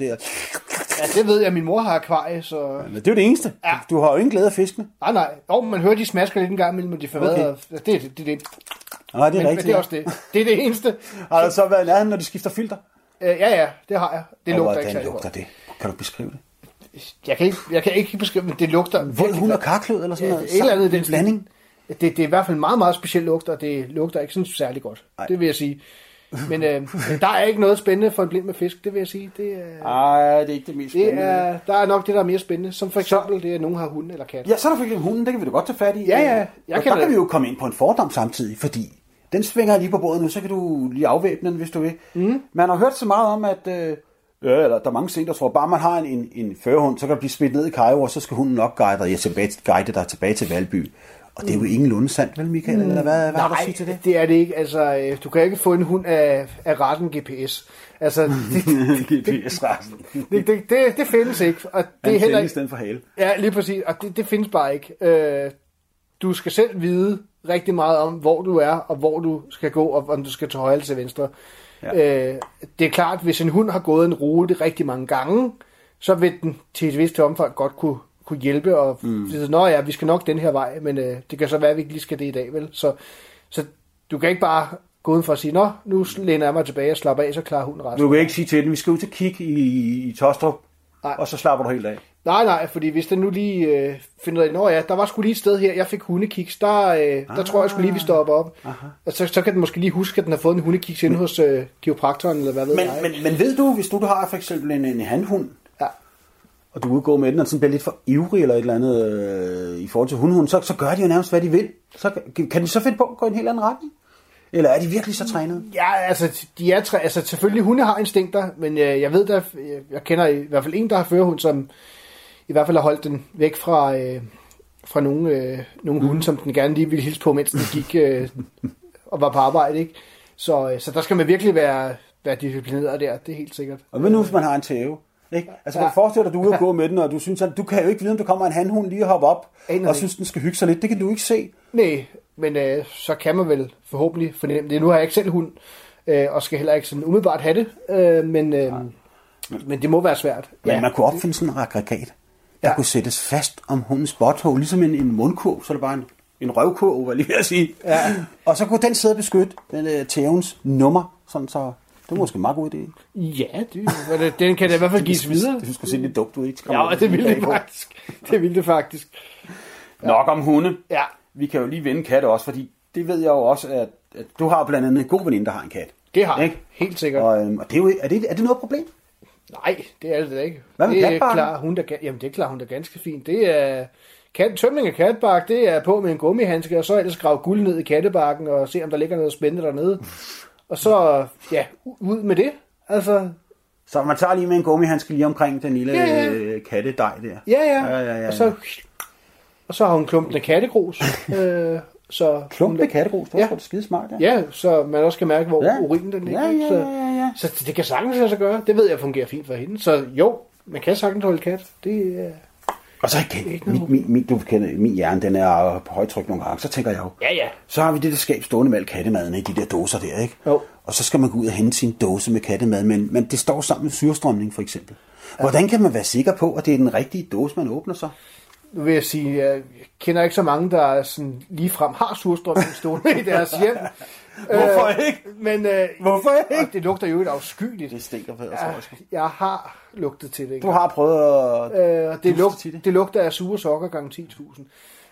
Ja, det ved jeg, min mor har akvarie, så... Ja, det er jo det eneste. Ja. Du, du har jo ingen glæde af fiskene. Nej, nej. Jo, man hører, de smasker lidt en gang imellem, når de forvader. Okay. Det er det. det, det. Nej, det er men, rigtigt. Men det er også det. Det er det eneste. Har der så været nærheden, når de skifter filter? Øh, ja, ja, det har jeg. Det og lugter hvordan ikke lugter det? Kan du beskrive det? Jeg kan ikke, jeg kan ikke beskrive det, men det lugter... Våd hund og karklød eller sådan noget? Et eller andet den blanding? Det, det er i hvert fald meget, meget speciel lugt, og det lugter ikke sådan særlig godt. Ej. Det vil jeg sige. Men øh, der er ikke noget spændende for en blind med fisk, det vil jeg sige. Det er, Ej, det er ikke det mest spændende. Det er, der er nok det, der er mere spændende. Som for eksempel, det er, at nogen har hunde eller kat. Ja, så er der for eksempel hunden, det kan vi da godt tage fat i. Ja, ja. Jeg kan der kan vi jo komme ind på en fordom samtidig, fordi den svinger jeg lige på bordet nu, så kan du lige afvæbne den, hvis du vil. Mm. Man har hørt så meget om, at... Øh, ja, eller der er mange ting, der tror, bare man har en, en, en førerhund, så kan det blive smidt ned i Kajo, og så skal hunden nok guide dig tilbage, guide dig tilbage til Valby. Og det er jo ingenlunde sandt, vel Michael? Eller hvad, hvad Nej, har du at sige til det? det er det ikke. Altså, du kan ikke få en hund af, af retten G P S. Altså, det, G P S-retten. det, det, det, det findes ikke. Og det er heller ikke... stedet for hale. Ja, lige præcis. Og det, det findes bare ikke. Øh, du skal selv vide rigtig meget om, hvor du er, og hvor du skal gå, og om du skal til højre eller til venstre. Ja. Øh, det er klart, hvis en hund har gået en rute rigtig mange gange, så vil den til et vist omfang godt kunne, kunne hjælpe og mm. sige, nå ja, vi skal nok den her vej, men øh, det kan så være, at vi ikke lige skal det i dag, vel? Så, så du kan ikke bare gå uden for at sige, nå, nu læner jeg mig tilbage og slapper af, så klarer hunden resten. Du kan ikke sige til den, vi skal ud til kig i, i Tostrup, nej. Og så slapper du helt af. Nej, nej, fordi hvis den nu lige øh, finder ud af, nå ja, der var sgu lige et sted her, jeg fik hundekiks, der, øh, der ah, tror jeg sgu lige, vi stopper op. Og så, så kan den måske lige huske, at den har fået en hundekiks inde hos øh, kiropraktoren, eller hvad ved men, jeg. Men, men ved du, hvis du, du har for eksempel en, en handhund, ja. Og du udgår med den, og sådan bliver lidt for ivrig eller et eller andet øh, i forhold til hundehunden, så, så gør de jo nærmest, hvad de vil. Så, kan de så finde på at gå i en helt anden retning? Eller er de virkelig så trænet? Ja, altså, de er træ- altså selvfølgelig, hunde har instinkter, men øh, jeg ved, der, jeg, jeg kender i hvert fald en, der har førerhund, som i hvert fald har holdt den væk fra, øh, fra nogle, øh, nogle hunde, som den gerne lige ville hilse på, mens den gik øh, og var på arbejde, ikke? Så, øh, så der skal man virkelig være, være disciplineret der, det er helt sikkert. Og hvad nu, hvis man har en tæve? Ikke? Altså, kan du forestille dig, at du er ude og gå med den, og du synes, at du kan jo ikke vide, om der kommer en hanhund lige og hoppe op, Aner og synes, den skal hygge sig lidt. Det kan du ikke se. Nej, men øh, så kan man vel forhåbentlig fornemme det. Nu har jeg ikke selv hund, øh, og skal heller ikke sådan umiddelbart have det, øh, men, øh, men det må være svært. Men ja. Man kunne opfinde sådan en aggregat, der ja. kunne sættes fast om hundens botthår, ligesom en, en mundkurv, så er det bare en, en røvkurv, hvad jeg lige vil sige. Ja. Og så kunne den sidde og beskytte med uh, tævens nummer, sådan så... Det er måske en meget god idé. Ja, det, den kan da i hvert fald gives videre. Det skulle se lidt dumt ud, ikke? Ja, det ville det faktisk. Det ville det faktisk. Ja. Nok om hunde. Ja. Vi kan jo lige vende katte også, fordi det ved jeg jo også, at, at du har blandt andet en god veninde, der har en kat. Det har jeg, helt sikkert. Og, øhm, og det er, jo, er, det, er det noget problem? Nej, det er det da ikke. Hvad med det katbarken? Klar, hun der, jamen det er klart, hun er ganske fint. Det er kat, tømning af kattebark, det er på med en gummihandske, og så ellers grave guld ned i kattebarken, og se om der ligger noget spændende dernede. Og så, ja, ud med det. Altså... Så man tager lige med en gummihandske lige omkring den lille ja, ja. kattedej der. Ja, ja. ja, ja, ja. Og, så, og så har hun klumpen af kattegrus. øh, så klumpen af kattegrus, det er ja. Det skide smart. Ja. ja, så man også kan mærke, hvor ja. urinen den ligger. Ja, ja, ja, ja. Så, så det kan sagtens lade sig gøre. Det ved jeg fungerer fint for hende. Så jo, man kan sagtens holde kat. Det er... Og så igen, min, min, min, du kender, min hjerne, den er på højtryk nogle gange, så tænker jeg jo, ja, ja. Så har vi det der skab stående med al kattemaden i de der dåser der, ikke? Jo. Og så skal man gå ud og hente sin dåse med kattemad, men, men det står sammen med syrestrømning for eksempel. Hvordan kan man være sikker på, at det er den rigtige dåse, man åbner så? Nu vil jeg sige, jeg kender ikke så mange, der sådan ligefrem har surstrømning stående i deres hjem. Hvorfor øh, ikke? Men, øh, Hvorfor ikke? Og det lugter jo et afskyeligt. Det stinker på jeg, jeg har lugtet til det. Ikke? Du har prøvet at øh, det, lug, det. det lugter af sure sokker gange ti tusind.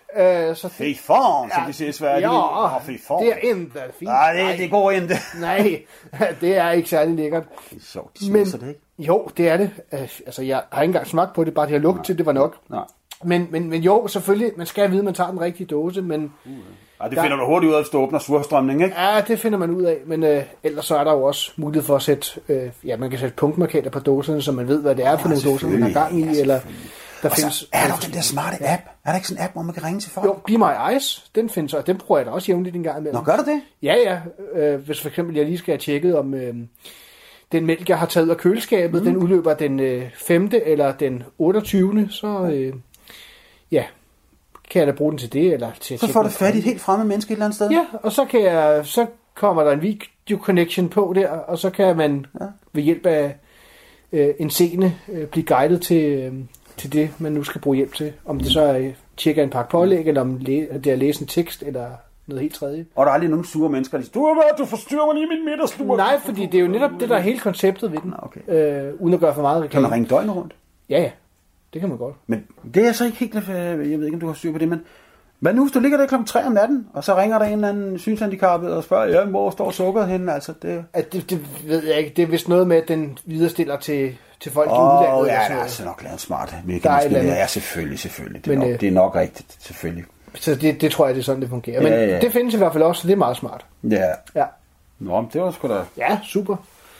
Øh, så Fy fan, som de siger i Sverige. Ja, fy fan. det er ikke fint. Nej, det, det går ikke. Nej, det er ikke særlig lækkert. Det er sjovt, de smager det ikke. Jo, det er det. Altså, jeg har ikke engang smagt på det, bare det har lugtet til, det var nok. Nej. Men, men, men jo, selvfølgelig, man skal vide, at man tager den rigtige dose, men... Uh, ja, det finder der... du hurtigt ud af, hvis du åbner surstrømning, ikke? Ja, det finder man ud af, men øh, ellers så er der jo også mulighed for at sætte... Øh, ja, man kan sætte punktmarkater på doserne, så man ved, hvad det er for ja, nogle doser, man har gang i, ja, eller... Der og findes, så er der jo den der smarte app. Er der ikke sådan en app, hvor man kan ringe til folk? Jo, Be My Eyes, den findes, og den bruger jeg da også jævnligt en gang imellem. Nå, gør du det? Ja, ja. Øh, hvis for eksempel jeg lige skal have tjekket, om øh, den mælk, jeg har taget ud af køleskabet, mm. den udløber den øh, femte eller den otteogtyvende, så øh, ja, kan jeg da bruge den til det. Eller til så får du fat i et helt fremmed menneske et eller andet sted? Ja, og så, kan jeg, så kommer der en video connection på der, og så kan man ja. ved hjælp af øh, en scene øh, blive guidet til... Øh, til det, man nu skal bruge hjælp til. Om det så er tjekker en pakke pålæg, eller om det er at læse en tekst, eller noget helt tredje. Og der er aldrig nogen sure mennesker, der siger, du, du forstyrrer mig lige min middagsstue. Nej, fordi det er jo netop det, der er hele konceptet ved den. Okay. Øh, uden at gøre for meget reklame. Kan man ringe døgnet rundt? Ja, ja. Det kan man godt. Men det er så ikke helt, jeg ved ikke, om du har styr på det, men hvad nu, hvis du ligger der klokken tre om natten, og så ringer der en eller anden synshandicappet og spørger, ja, hvor står sukkeret henne? Altså, det... At det, det ved jeg ikke. Det er vist noget med, at den viderestiller til, til folk oh, i udlandet. Åh, ja, der er altså nok lavet smart mekanisme. Ja, selvfølgelig, selvfølgelig. Det er, men, nok, det er nok rigtigt, selvfølgelig. Så det, det tror jeg, det er sådan, det fungerer. Men ja, ja. det findes i hvert fald også, så det er meget smart. Ja. Ja. Nå, det var sgu da... Ja, super.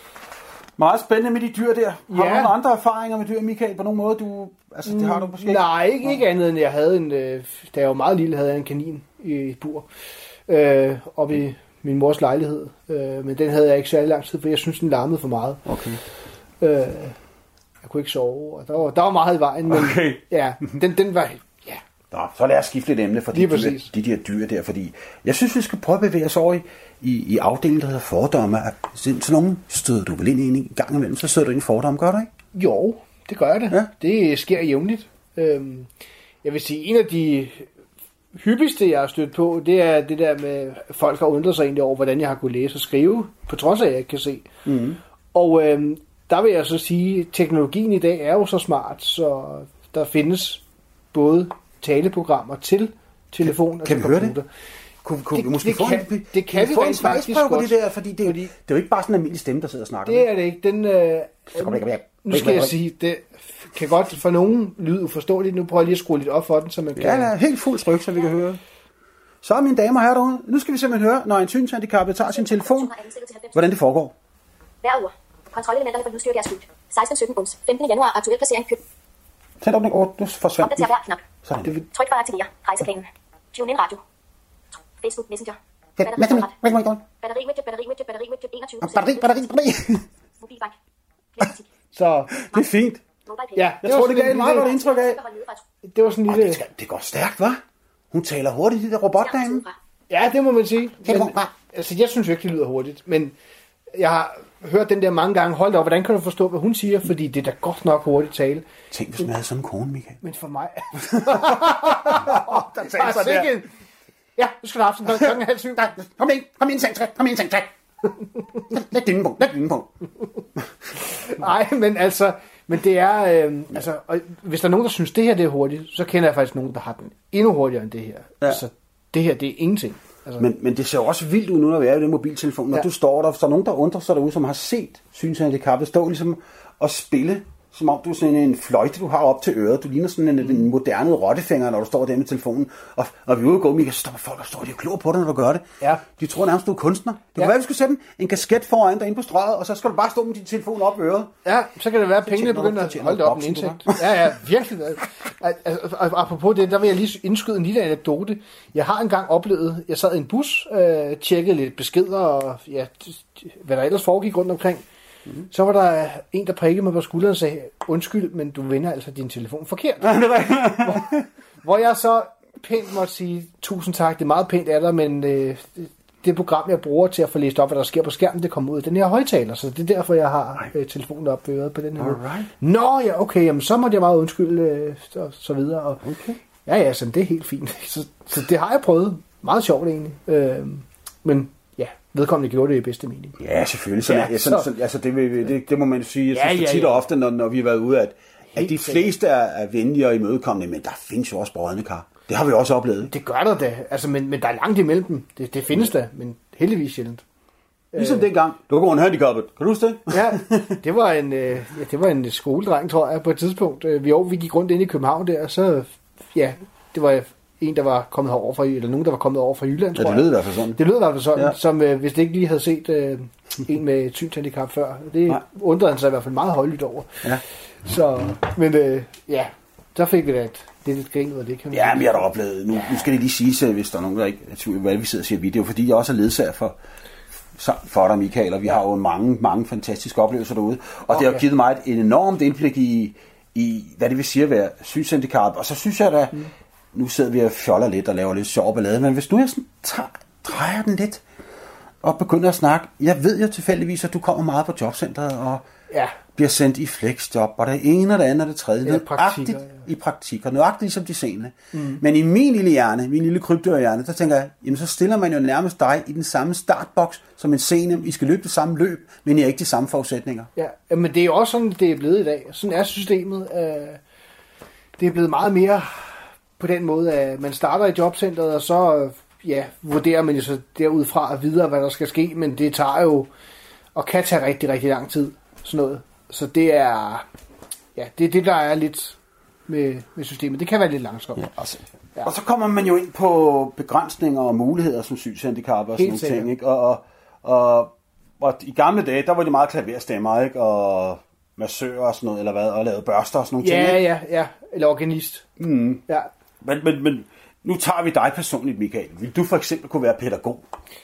Meget spændende med de dyr der. Har ja. du nogle andre erfaringer med dyr, Michael, på nogen måde? Du, altså, det har du måske Nej, ikke, ikke andet end jeg havde en... Øh, da jeg var meget lille, havde jeg en kanin i et bur. Øh, oppe i min mors lejlighed. Øh, men den havde jeg ikke særlig lang tid, for jeg synes, den larmede for meget. Okay. Øh, jeg kunne ikke sove, og der var, der var meget i vejen. Men, okay. Ja, den, den var... Ja. Nå, så lad os skifte lidt emne for de, dyr, de der dyr der, fordi jeg synes, vi skal prøve at bevæge os over i, i, i afdelingen, der hedder fordomme. Så, så nogen støder du vel ind i en gang imellem, så støder du ind i fordomme, gør du ikke? Jo, det gør jeg det. Ja. Det sker jævnligt. Øhm, jeg vil sige, en af de hyppigste, jeg har stødt på, det er det der med, folk har undret sig egentlig over, hvordan jeg har kunnet læse og skrive, på trods af, at jeg ikke kan se. Mm. Og øhm, der vil jeg så sige, at teknologien i dag er jo så smart, så der findes både taleprogrammer til telefon og kan vi computer. Høre det? Kunne, kunne det, vi måske det, få kan, en, det kan vi få rent faktisk godt. På det der, fordi det, fordi det er jo ikke bare sådan en almindelig stemme, der sidder og snakker. Det er det ikke. Den, øh, nu skal jeg sige, det kan godt for nogen lyde uforståeligt. Nu prøver jeg lige at skrue lidt op for den, så man kan... Ja, ja, helt fuld tryk, så vi kan høre. Så, mine damer og herrer derude, nu skal vi simpelthen høre, når en synshandicappet tager sin telefon, hvordan det foregår. Hver uge. Kontrolelementerne for lydstyrke er skjult. seksten sytten ons. femtende januar. Aktuel placering. Køb. Tænd opning over. Nu forsvandt den. Opdater hver knap. Sådan. Tryk for at aktivere. Rejseplanen. Tune in radio. Facebook Messenger. Batteri, batteri, batteri, batteri, enogtyve procent. Batteri, batteri, batteri. Mobilbank. Så det er fint. Ja, jeg tror, det gav et meget godt indtryk af. Det var sådan en lille... Det, det går stærkt, hva'? Hun taler hurtigt, de der robotdame. Ja, det må man sige. Men, altså, jeg synes jo ikke, det lyder hurtigt, men jeg har hørt den der mange gange. Hold da op, hvordan kan du forstå, hvad hun siger? Fordi det er da godt nok hurtigt tale. Tænk, hvis man havde sådan en kone, Michael. Men for mig... der taler sig der. Ja, nu skal du have sådan klokken halv syv. Kom ind, kom ind, seng tre, kom ind, seng tre. Læg dine på, læg dine på. Nej, men altså, men det er, øh, altså, og hvis der er nogen, der synes, det her det er hurtigt, så kender jeg faktisk nogen, der har den endnu hurtigere end det her. Ja. Altså, det her, det er ingenting. Altså. Men, men det ser jo også vildt ud nu, når vi er i den mobiltelefon. Når ja. du står der, så er nogen, der undrer sig derude, som har set synshandicappet stå ligesom og spille, som om du er sådan en fløjte, du har op til øret. Du ligner sådan en, mm. en moderne rottefinger, når du står der med telefonen. Og, og vi er ude og gå, Michael, så står folk og står og klor på dig, når du gør det. Ja. De tror nærmest, du er kunstner. Det ja. kunne være, vi skulle sætte en, en kasket foran dig ind på strøget, og så skal du bare stå med din telefon op i øret. Ja, så kan det være, at pengene begynder at holde op en indtægt. Ja, ja, virkelig. Altså, apropos det, der vil jeg lige indskyde en lille anekdote. Jeg har engang oplevet, jeg sad i en bus, øh, tjekkede lidt beskeder, og ja, hvad der ellers foregik rundt omkring. Mm. Så var der en, der prikkede mig på skulderen og sagde, undskyld, men du vender altså din telefon forkert. hvor, hvor jeg så pænt måtte sige, tusind tak, det er meget pænt af dig, men øh, det program, jeg bruger til at få læst op, hvad der sker på skærmen, det kommer ud af den her højtaler, så det er derfor, jeg har øh, telefonen op øret på den her måde. Nå ja, okay, jamen, så måtte jeg meget undskylde, øh, og så videre. Og, okay. Ja, ja, så det er helt fint. Så, så det har jeg prøvet. Meget sjovt egentlig. Øh, men ja, vedkommende gjorde det i bedste mening. Ja, selvfølgelig. Så, ja, så, så, altså, det, det, det må man sige, jeg ja, synes, ja, tit og ofte, når, når vi har været ude, at, at de helt fleste er, er venlige og imødekommende, men der findes jo også brodne kar. Det har vi også oplevet. Det gør der da, altså, men, men der er langt imellem dem. Det, det findes da, men heldigvis sjældent. Ligesom dengang, du var en handicappet. Kan du huske det? Ja, det var en, øh, ja, det var en skoledreng, tror jeg, på et tidspunkt. Vi, år, vi gik rundt ind i København der, så ja, det var en, der var kommet over fra, eller nogen, der var kommet over fra Jylland, tror jeg. Ja, det lød i hvert fald sådan. Det lød i hvert fald sådan, ja. som øh, hvis det ikke lige havde set øh, en med et synshandicap før. Det Nej. undrede han sig i hvert fald meget højlydt over. Ja. Så, men øh, ja, så fik vi da et, det er lidt grin ud af det, kan man Ja, sige. men jeg har da oplevet, nu, ja. nu skal det lige sige, hvis der er nogen, der ikke er tvivl, hvad vi sidder og siger vi. Det er jo fordi, jeg også er ledsager for, for dig, Michael, og vi har jo mange, mange fantastiske oplevelser derude. Og okay. det har givet mig et enormt indblik i, i hvad det vil sige at være synshandicap. Og så synes jeg da, mm. nu sidder vi og fjoller lidt og laver lidt sjov ballade, men hvis nu jeg sådan tager, drejer den lidt og begynder at snakke, jeg ved jo tilfældigvis, at du kommer meget på jobcentret og ja. bliver sendt i flexjob, og det ene og det andet og det tredje, ja, praktikker, ja. i praktikker, nøjagtigt ligesom de sene. Mm. Men i min lille hjerne, min lille krybdørhjerne, der tænker jeg, jamen så stiller man jo nærmest dig i den samme startboks som en scene. I skal løbe det samme løb, men I har ikke de samme forudsætninger. Ja, men det er jo også sådan, det er blevet i dag. Sådan er systemet. Det er blevet meget mere på den måde, at man starter i jobcentret, og så ja, vurderer man jo så derudfra videre, hvad der skal ske, men det tager jo, og kan tage rigtig, rigtig lang tid, sådan noget. Så det er, ja, det er det, der er lidt med, med systemet. Det kan være lidt langsomt. Ja, altså. Ja. Og så kommer man jo ind på begrænsninger og muligheder som synshandicap og sådan nogle ting, ikke? Og, og, og, og i gamle dage, der var det meget klaverstemmer, ikke? Og massører og sådan noget, eller hvad, og lavede børster og sådan nogle ja, ting, ikke? Ja, ja, eller organist. Mm. Ja. Men, men, men nu tager vi dig personligt, Michael. Vil du for eksempel kunne være pædagog?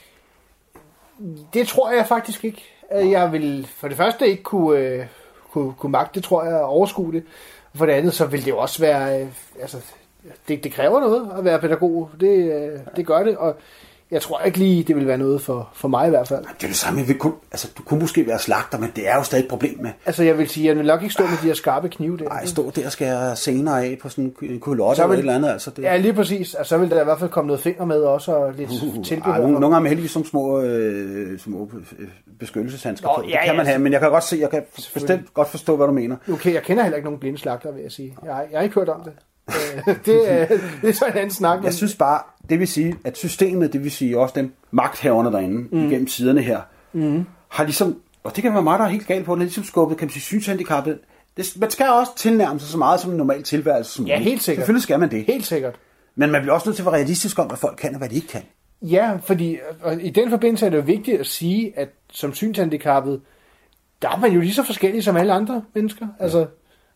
Det tror jeg faktisk ikke. Jeg vil for det første ikke kunne, øh, kunne, kunne magte det, tror jeg, og overskue det. For det andet, så vil det jo også være, øh, altså, det, det kræver noget at være pædagog. Det, øh, det gør det, og jeg tror ikke lige, det vil være noget for, for mig i hvert fald. Det er det samme. Vi kunne, altså, du kunne måske være slagter, men det er jo stadig et problem med. Altså, jeg vil sige, jeg vil nok ikke stå med de her skarpe knive der. Nej, stå der og skære senere af på sådan en kulotte eller et eller andet. Altså, det... Ja, lige præcis. Altså, så vil der i hvert fald komme noget finger med også, og lidt uh, tilbehør. Nogle, nogle gange heldigvis som små, øh, små beskyttelseshandsker på. Ja, det kan ja, man have, men jeg kan godt se, jeg kan bestemt godt forstå, hvad du mener. Okay, jeg kender heller ikke nogen blinde slagter, vil jeg sige. Jeg, jeg har ikke hørt om det. det, er, det er så en anden snak. Men... Jeg synes bare, det vil sige, at systemet, det vil sige også dem magthaverne derinde, mm. igennem siderne her, mm. har ligesom, og det kan være meget, der er helt galt på, det er ligesom skubbet, kan man sige, synshandicappet. Det, man skal også tilnærme sig så meget som en normal tilværelse som ja, helt sikkert. Selvfølgelig skal man det. Helt sikkert. Men man bliver også nødt til at være realistisk om, hvad folk kan og hvad de ikke kan. Ja, fordi og i den forbindelse er det jo vigtigt at sige, at som synshandicappet, der er man jo lige så forskellig som alle andre mennesker. Ja. Altså,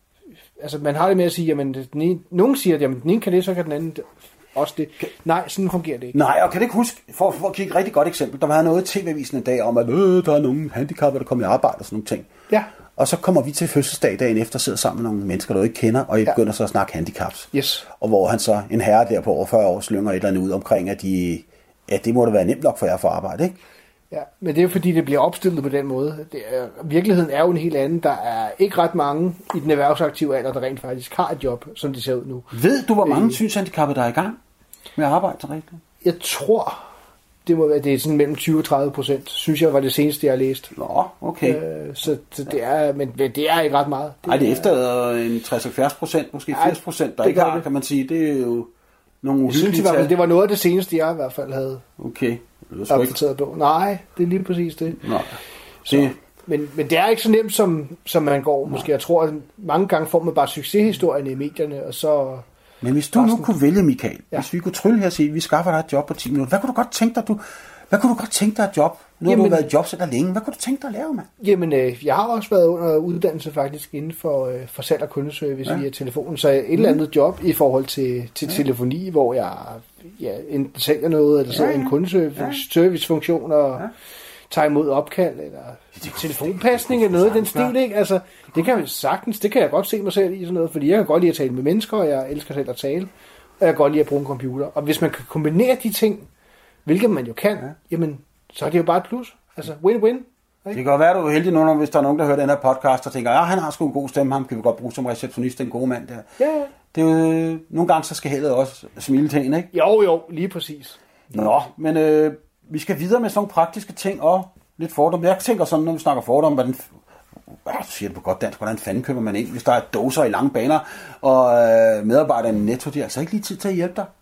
altså man har det med at sige, jamen, den ene, nogen siger, at jamen, den ene kan det, så kan den anden også det. Nej, sådan fungerer det ikke. Nej, og kan du ikke huske, for, for at kigge et rigtig godt eksempel, der var noget i T V-avisen en dag om, at øh, der er nogle handicappede, der kommer i arbejde og sådan nogle ting. Ja. Og så kommer vi til fødselsdag dagen efter, sidder sammen med nogle mennesker, der ikke kender, og I ja. begynder så at snakke handicaps. Yes. Og hvor han så, en herre der på over fyrre år, slynger et eller andet ud omkring, at de, ja, det må da være nemt nok for jer at få arbejde, ikke? Ja, men det er jo fordi, det bliver opstillet på den måde. Det er, virkeligheden er jo en helt anden. Der er ikke ret mange i den erhvervsaktive alder, der rent faktisk har et job, som de ser ud nu. Ved du, hvor mange øh, synshandicappede, der er i gang med at arbejde så rigtigt? Jeg tror, det må være, det er sådan mellem tyve og tredive procent, synes jeg var det seneste, jeg har læst. Nå, okay. Øh, så, så det er, men det er ikke ret meget. Nej, det, det er efter en tres til halvfjerds procent, måske firs procent, der ikke har, det. Kan man sige. Det er jo nogle uhyggelige. Jeg synes i hvert fald, det var noget af det seneste, jeg i hvert fald havde. Okay. Det er på. Nej, det er lige præcis det. Nej. Så, det... Men, men det er ikke så nemt, som, som man går. Nej. Måske jeg tror, at mange gange får man bare succeshistorierne i medierne, og så... Men hvis du nu sådan... kunne vælge, Michael, ja. Hvis vi kunne trylle her og sige, at vi skaffer dig et job på ti minutter, hvad kunne du godt tænke dig, du... Hvad kunne du godt tænke dig et job? Nu Jamen, har du været i jobcenter længe. Hvad kunne du tænke dig at lave, mand? Jamen, øh, jeg har også været under uddannelse faktisk inden for, øh, for salg og kundeservice ja. via telefonen. Så et mm. eller andet job i forhold til, til ja. telefoni, hvor jeg ja, enten sælger noget, eller så ja, ja. en kundeservicefunktion og ja. tager imod opkald, eller ja, telefonpasning eller noget i den stil, ikke? Altså, det kan jeg sagtens, det kan jeg godt se mig selv i sådan noget, fordi jeg kan godt lide at tale med mennesker, og jeg elsker selv at tale, og jeg kan godt lide at bruge en computer. Og hvis man kan kombinere de ting, hvilket man jo kan, ja. jamen, så er det jo bare et plus. Altså, win-win. Ikke? Det kan godt være, du er heldig nu, hvis der er nogen, der hører den her podcast, og tænker, ja, han har sgu en god stemme, ham kan vi godt bruge som receptionist, den gode mand der. Ja, ja. Det er jo, nogle gange så skal heldet også smile til en, ikke? Jo, jo, lige præcis. Nå, men øh, vi skal videre med sådan nogle praktiske ting, og lidt fordomme. Jeg tænker sådan, når vi snakker fordomme, hvordan, hvad siger det på godt dansk, hvordan fanden køber man ind, hvis der er doser i lange baner, og øh, medarbejderne i Netto, de har altså ikke lige tid til at hjælpe dig.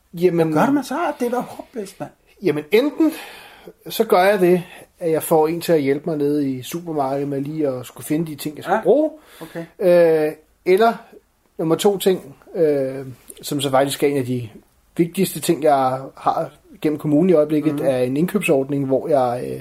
Jamen, gør det man så? Det er da håbløst, mand. Jamen, enten så gør jeg det, at jeg får en til at hjælpe mig nede i supermarkedet med lige at skulle finde de ting, jeg skal ja. bruge. Okay. Øh, eller nummer to ting, øh, som så faktisk er en af de vigtigste ting, jeg har gennem kommunen i øjeblikket, mm-hmm. er en indkøbsordning, hvor jeg øh,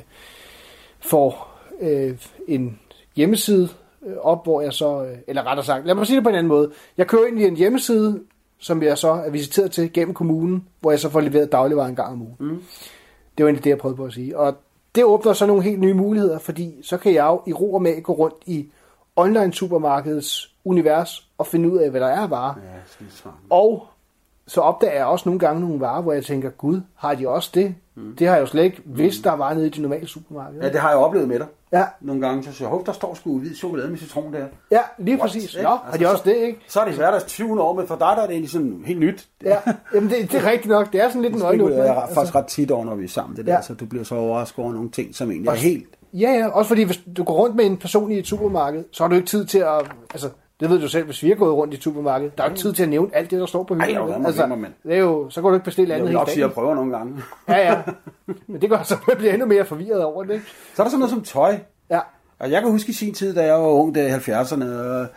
får øh, en hjemmeside op, hvor jeg så, øh, eller rettere sagt, lad mig sige det på en anden måde. Jeg kører ind i en hjemmeside, som jeg så er visiteret til gennem kommunen, hvor jeg så får leveret dagligvarer en gang om ugen. Mm. Det var egentlig det, jeg prøvede på at sige. Og det åbner så nogle helt nye muligheder, fordi så kan jeg jo i ro og mag gå rundt i online supermarkedets univers og finde ud af, hvad der er af varer. Ja, og så opdager jeg også nogle gange nogle varer, hvor jeg tænker, gud, har de også det? Mm. Det har jeg jo slet ikke, hvis mm. der var nede i de normale supermarkeder. Ja, det har jeg oplevet med dig. Ja. Nogle gange, så siger jeg, der står sgu hvid chokolade med citron der. Ja, lige What? præcis. Nå, altså, har de også så, det, ikke? Så er det svært at tyve år med, for dig der er det egentlig sådan helt nyt. Ja, jamen det, det er rigtigt nok. Det er sådan lidt en øjenåbner. Jeg er faktisk altså. ret tit over, når vi er sammen det der, ja. Så du bliver så overrasket over nogle ting, som egentlig også, er helt... Ja, ja, også fordi hvis du går rundt med en person i et supermarked, så har du ikke tid til at... Altså, det ved du selv, hvis vi er gået rundt i et supermarked. Der er ikke tid til at nævne alt det, der står på hylden. Ej, jo, altså, man. Det er jo, så kan du ikke bestille andet hele dagen. Jeg vil nok sige, at jeg prøver nogle gange. Ja, ja. Men det gør så, at jeg bliver endnu mere forvirret over det. Ikke? Så er der sådan noget som tøj. Ja. Og jeg kan huske i sin tid, da jeg var ung, der i halvfjerdserne,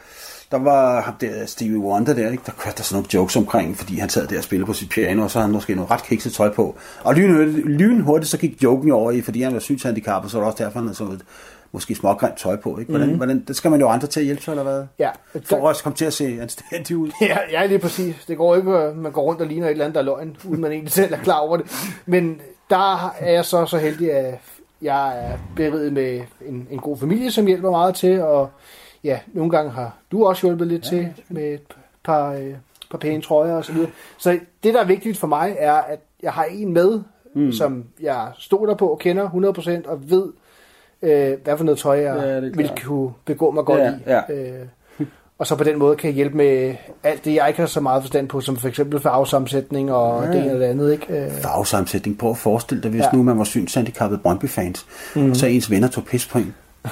der var ham der Stevie Wonder der, ikke? Der kørte der sådan nogle jokes omkring, fordi han sad der og spillede på sit piano, og så havde han måske noget ret kikset tøj på. Og lynhurtigt, lynhurtigt så gik joken over i, fordi han var synshandicappet, så var det også derfor, han havde sådan et måske smågrimt tøj på. Ikke? Hvordan, mm-hmm. hvordan, det skal man jo andre til at hjælpe sig, eller hvad? Ja. For at komme til at se anstændig ud. Ja, ja, lige præcis. Det går ikke, man går rundt og ligner et eller andet, der er løgn, uden man egentlig selv er klar over det. Men der er jeg så så heldig, at jeg er beriget med en, en god familie, som hjælper meget til, og ja, nogle gange har du også hjulpet lidt ja, til med et par, øh, par pæne trøjer og så videre. Så det, der er vigtigt for mig, er, at jeg har en med, mm. som jeg stoler på og kender hundrede procent, og ved, øh, hvad for noget tøj jeg ja, vil kunne begå mig godt ja, i. Ja. Øh, og så på den måde kan jeg hjælpe med alt det, jeg ikke har så meget forstand på, som for eksempel farvesammensætning og ja. det ene eller andet. Ikke? Farvesammensætning. Prøv at forestille dig, hvis ja. nu man var synshandicappet Brøndby-fans, mm. og så ens venner tog pis på en.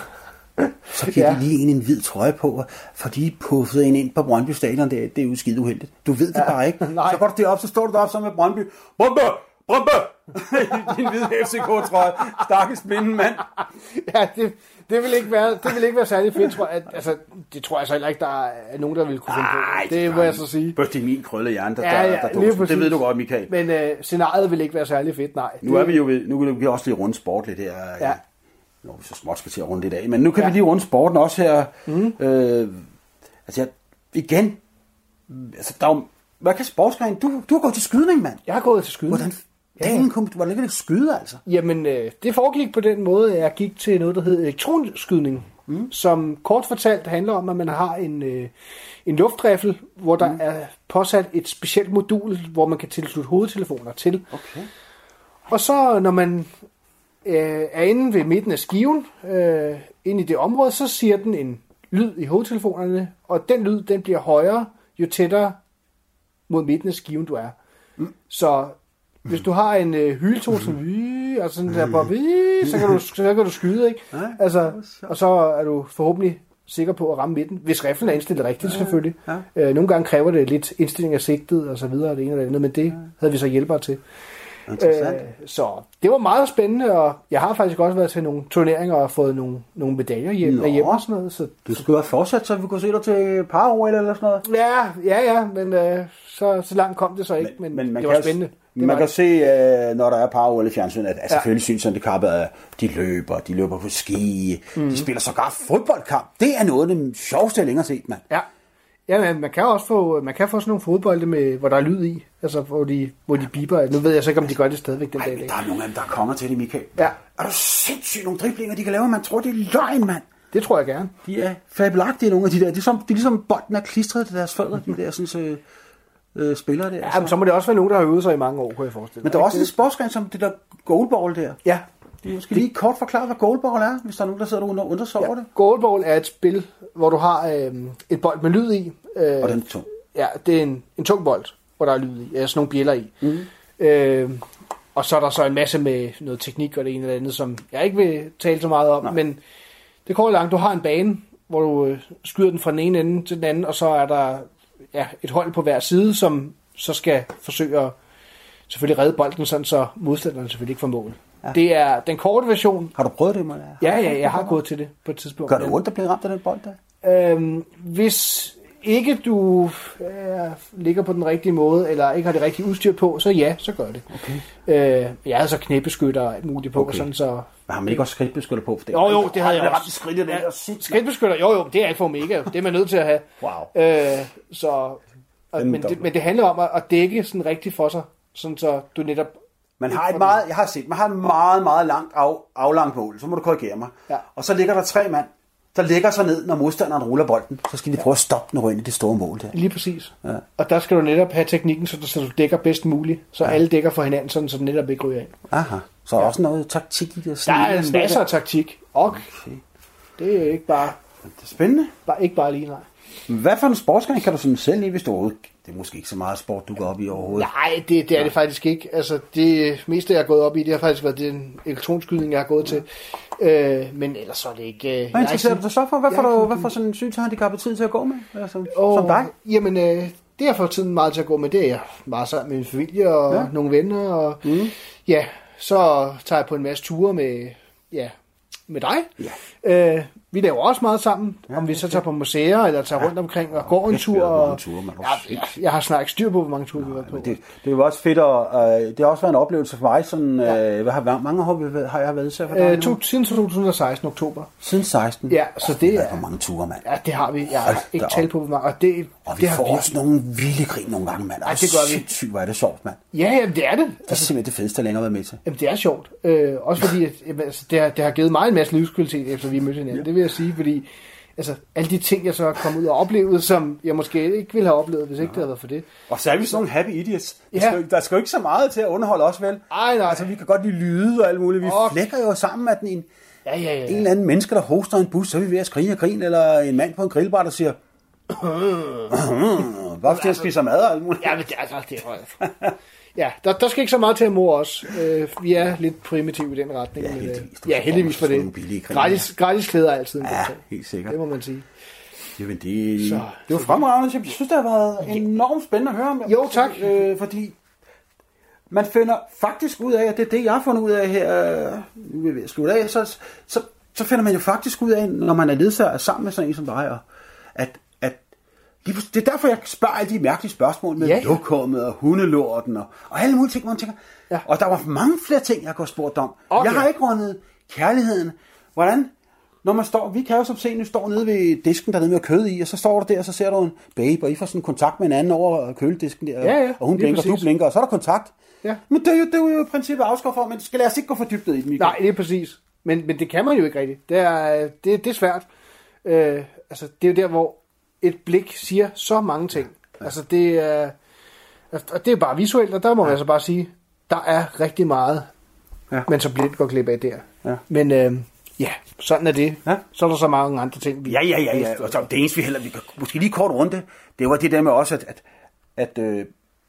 Så giver ja. de lige en en hvid trøje på, og for de puffede en ind på Brøndby Stadion, det er, det er jo skide uheldigt. Du ved det ja. bare ikke. Nej. Så går du derop, så står du derop sammen med Brøndby. Brøndby! Brøndby! Din hvide F C K-trøje. Stakkels blinde mand. Ja, det, det, vil ikke være, det vil ikke være særlig fedt, tror jeg. Altså, det tror jeg så heller ikke, der er nogen, der vil kunne finde på. Det må jeg så sige. Børst det er min krølle hjerne, der, ja, ja, der, der, der det ved du godt, Michael. Men øh, scenariet vil ikke være særlig fedt, nej. Nu er vi jo ved, nu kan vi også lige runde sport lidt her. Ja. Nå, vi så småt skal til at runde lidt af. Men nu kan ja. vi lige runde sporten også her. Mm. Øh, altså, jeg, igen. Altså, der er jo, hvad kan sportsgren? Du, du har gået til skydning, mand. Jeg har gået til skydning. Hvordan, ja. dagen kom, hvordan kan du skyde, altså? Jamen, øh, det foregik på den måde, at jeg gik til noget, der hed elektronskydning. Mm. Som kort fortalt handler om, at man har en, øh, en luftriffel, hvor der mm. er påsat et specielt modul, hvor man kan tilslutte hovedtelefoner til. Okay. Og så, når man øh, er inde ved midten af skiven, øh, inde i det område, så siger den en lyd i hovedtelefonerne, og den lyd, den bliver højere, jo tættere mod midten af skiven du er. Mm. Så hvis du har en øh, hyletone, som vy, altså sådan der, bare, vy, så, kan du, så kan du skyde, ikke? Altså, og så er du forhåbentlig sikker på at ramme midten, hvis riflen er indstillet rigtigt, selvfølgelig. Øh, nogle gange kræver det lidt indstilling af sigtet, og så videre, og det ene og det andet, men det havde vi så hjælpere til. Øh, så det var meget spændende, og jeg har faktisk også været til nogle turneringer og fået nogle, nogle medaljer hjem, hjem og sådan noget. Så, du skulle have fortsat, så vi kunne se dig til par-O L eller sådan noget? Ja, ja, ja, men øh, så, så langt kom det så ikke, men, men, men det var spændende. Det man kan se, øh, når der er par-O L i fjernsynet, at, at ja. selvfølgelig synshandicappede, at de løber, de løber på ski, mm. de spiller sågar fodboldkamp. Det er noget af det sjoveste, jeg længere set, mand. Ja. Ja, men man kan også få, man kan få sådan nogle fodbolde, med, hvor der er lyd i, altså hvor de, hvor de biber. Nu ved jeg så ikke, om de gør det stadigvæk den Ej, dag. Men der er nogle af dem, der kommer til det, Michael. Ja. Er du sindssygt nogle driblinger, de kan lave? Man tror, det er løgn, mand. Det tror jeg gerne. De er fabelagtige, nogle af de der. Det er, som, det er ligesom bolden er klistret til deres fødder, de der sådan, så, øh, spillere der. Ja, men så må det også være nogen, der har øvet sig i mange år, kunne jeg forestille mig. Men der er også et sportsgren som det der goalball der. Ja. Du skal lige kort forklare, hvad goalball er, hvis der er nogen, der sidder og undrer sig over ja. det. Goalball er et spil, hvor du har øh, et bold med lyd i. Øh, og den er tung. Ja, det er en, en tung bold, hvor der er lyd i. Ja, sådan nogle bjæller i. Mm. Øh, og så er der så en masse med noget teknik og det ene eller andet, som jeg ikke vil tale så meget om. Nej. Men det går langt. Du har en bane, hvor du øh, skyder den fra den ene ende til den anden, og så er der ja, et hold på hver side, som så skal forsøge at selvfølgelig redde bolden, sådan så modstanderen selvfølgelig ikke får mål. Ja. Det er den korte version. Har du prøvet det? Man? Ja, ja, jeg har gået til det på et tidspunkt. Gør det ondt at blive ramt af den bold der? Øhm, hvis ikke du øh, ligger på den rigtige måde, eller ikke har det rigtige udstyr på, så ja, så gør det. Okay. Øh, jeg havde så knæbeskytter og alt muligt på. Okay. Sådan, så, men har man ikke også skridtbeskytter på? For det jo, jo, det havde jeg også. Skridtet, ja, skridtbeskytter, jo, jo, det er alt for omega. Det er man nødt til at have. Wow. Øh, så, og, men, det, men det handler om at, at dække sådan rigtigt for sig, sådan så du netop... Man har et meget, jeg har set, man har et meget, meget langt af, aflangt mål, så må du korrigere mig. Ja. Og så ligger der tre mand, der ligger sig ned, når modstanderen ruller bolden. Så skal de prøve at stoppe den og ind i det store mål der. Lige præcis. Ja. Og der skal du netop have teknikken, så du, så du dækker bedst muligt. Så ja. Alle dækker for hinanden, sådan, så den netop ikke ryger ind. Aha. Så er ja. Også noget taktik i det? Der er en masse af taktik. Og okay. Det er ikke bare... Det er spændende. Bare, ikke bare lige, nej. Hvad for en sportsgren kan du sådan selv lide, hvis du overhovedet... Det er måske ikke så meget sport, du går op i overhovedet. Nej, det, det er det faktisk ikke. Altså, det meste, jeg har gået op i, det har faktisk været den elektronskydning, jeg har gået til. Øh, men ellers så er det ikke... Øh, hvad interesserer du dig så for? Hvad får du hvad for sådan en synshandicappet tid til at gå med? Eller som, oh, som dig? Jamen, øh, det jeg får tiden meget til at gå med, det er jeg meget sammen med min familie og ja. Nogle venner. Og mm. ja, så tager jeg på en masse ture med... Ja, med dig. Ja. Øh, vi laver også meget sammen, ja, om vi så tager på museer, eller tager ja. Rundt omkring og går en tur. Og, ture, ja, jeg, jeg har snart ikke styr på, hvor mange ture ja, vi har været på. Det, det er jo også fedt, og øh, det har også været en oplevelse for mig. Sådan, ja. øh, hvad har, mange år har jeg været så for dig øh, to, siden to tusind og seksten, oktober. Siden seksten? Ja, så det er... Hvor mange ture, mand. Ja, det har vi. Jeg har ikke talt på, hvor mange. Og, det, og vi det får har også vi... nogle vilde grin nogle gange, mand. Ja, det gør vi. Sindssygt, hvor er det sjovt, mand. Ja, jamen, det er det. Det er simpelthen det fedeste, jeg længere har været med til. Jamen, det er sjovt. Øh, også fordi, at, jamen, altså, det, har, det har givet mig en masse livskvalitet, efter vi mødte hinanden. Ja. Det vil jeg sige, fordi altså, alle de ting, jeg så har kommet ud og oplevet, som jeg måske ikke ville have oplevet, hvis ikke ja. Det havde været for det. Og så er vi sådan nogle happy idiots. Ja. Der, skal, der skal jo ikke så meget til at underholde os, vel? Ej, nej. Altså, vi kan godt lide lyde og alt muligt. Vi og... flækker jo sammen med den en, ja, ja, ja. En eller anden menneske, der hoster en bus, så er vi ved at skrige og grine, eller en mand på en grillbar, der siger... Hvorfor skal jeg spise mad og alt muligt? Ja, men det er altså... Det er... Ja, der, der skal ikke så meget til at mor os. Øh, vi er lidt primitive i den retning. Ja, heldigvis. Men, ja, heldigvis for det. Gratis, gratis klæder er altid en ja, helt sikkert. Det må man sige. Jamen, det, så, det var fremragende. Jeg synes, det har været enormt spændende at høre om. Jo, tak. Øh, fordi man finder faktisk ud af, at det er det, jeg har fundet ud af her, nu vil vi slutte af, så, så, så finder man jo faktisk ud af, når man er ledsager sammen med sådan en som dig, at det er derfor, jeg spørger alle de mærkelige spørgsmål med ja, ja. Lokummet og hundelorten og, og alle mulige ting, man tænker. Ja. Og der var mange flere ting, jeg kunne have spurgt om. Okay. Jeg har ikke rundet kærligheden. Hvordan? Når man står, vi kan jo som se, nu står nede ved disken, der er nede med kød i, og så står du der, og så ser du en babe, og I får sådan kontakt med en anden over køledisken der, ja, ja. Og hun blinker, og du blinker, og så er der kontakt. Ja. Men det er, jo, det er jo i princippet afskår for, men skal lad os ikke gå for dybet i den, Michael? Nej, det er præcis. Men, men det kan man jo ikke rigtigt. Det er, det, det er svært. Øh, altså, det er jo der, hvor et blik siger så mange ting. Ja. Altså det er, og det er bare visuelt, og der må ja. Man altså bare sige, der er rigtig meget, ja. Men så bliver det går glip af der. Ja. Men øh, ja, sådan er det. Ja. Så er der så mange andre ting. Vi ja, ja, ja, ja. Og så det eneste vi heller, vi kan måske lige kort runde, det var det der med også, at, at, at øh,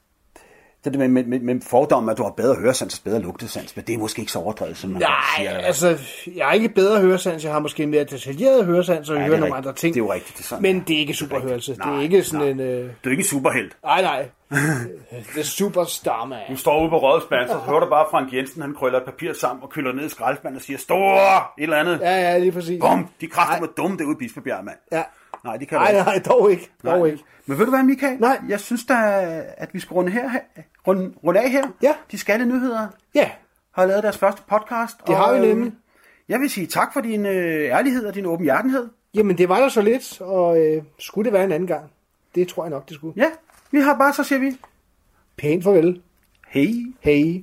det med, med, med fordommen, at du har bedre høresans og bedre lugtesans, men det er måske ikke så overdrevet, som man Nej, siger. Nej, altså, jeg har ikke bedre høresans, jeg har måske mere detaljeret høresans, og jeg hører nogle andre ting. Det er jo rigtigt. Det er sådan, men det er ikke superhørelse. Det, det er ikke sådan nej. En... Uh... Du er ikke en superhelt. Nej, nej. Det er superstar, man. Du står ude på Rådspand, så hører du bare Frank Jensen, han krøller et papir sammen og kylder ned i skraldespanden og siger, store, et eller andet. Ja, ja, lige præcis. Bum, de kræfter med dumme derude i Bispebjerg, mand. Ja. Nej, det kan nej, nej, dog ikke. Dog nej. ikke. Men ved du hvad, Michael? Nej. Jeg synes da, at vi skal runde, her, runde, runde af her. Ja. De Skalle Nyheder ja. Har lavet deres første podcast. Det og, har vi nemlig. Jeg vil sige tak for din øh, ærlighed og din åbenhjertenhed. Jamen, det var der så lidt, og øh, skulle det være en anden gang? Det tror jeg nok, det skulle. Ja, vi har bare, så siger vi. Pænt farvel. Hej. Hej.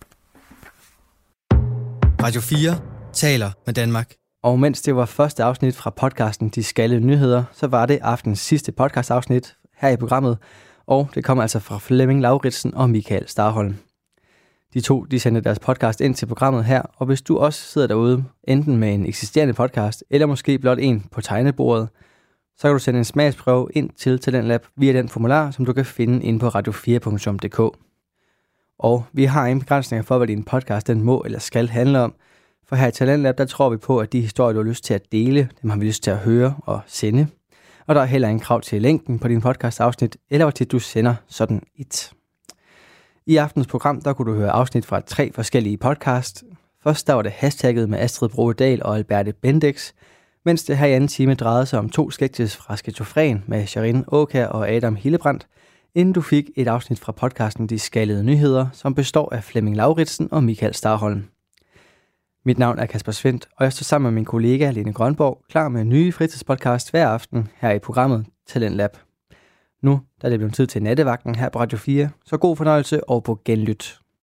Radio fire taler med Danmark. Og mens det var første afsnit fra podcasten De Skalle Nyheder, så var det aftens sidste podcastafsnit her i programmet, og det kom altså fra Flemming Lauritsen og Michael Starholm. De to de sendte deres podcast ind til programmet her, og hvis du også sidder derude, enten med en eksisterende podcast, eller måske blot en på tegnebordet, så kan du sende en smagsprøve ind til Talentlab via den formular, som du kan finde inde på radio fire punktum d k. Og vi har ingen begrænsninger for, hvad din podcast den må eller skal handle om, for her i Talentlab, der tror vi på, at de historier, du har lyst til at dele, dem har vi lyst til at høre og sende. Og der er heller ingen krav til længden på din podcast-afsnit, eller hvor til du sender sådan et. I aftens program, der kunne du høre afsnit fra tre forskellige podcast. Først der var det hashtagget med Astrid Broedal og Alberte Bendix, mens det her i anden time drejede sig om to sketches fra Skizofren med Sharin Åkær og Adam Hillebrandt, inden du fik et afsnit fra podcasten De Skaldede Nyheder, som består af Flemming Lauritsen og Michael Starholm. Mit navn er Kasper Svendt, og jeg står sammen med min kollega Lene Grønborg klar med nye fritidspodcast hver aften her i programmet Talentlab. Nu der er det blevet tid til nattevagten her på Radio fire, så god fornøjelse og på genlyt.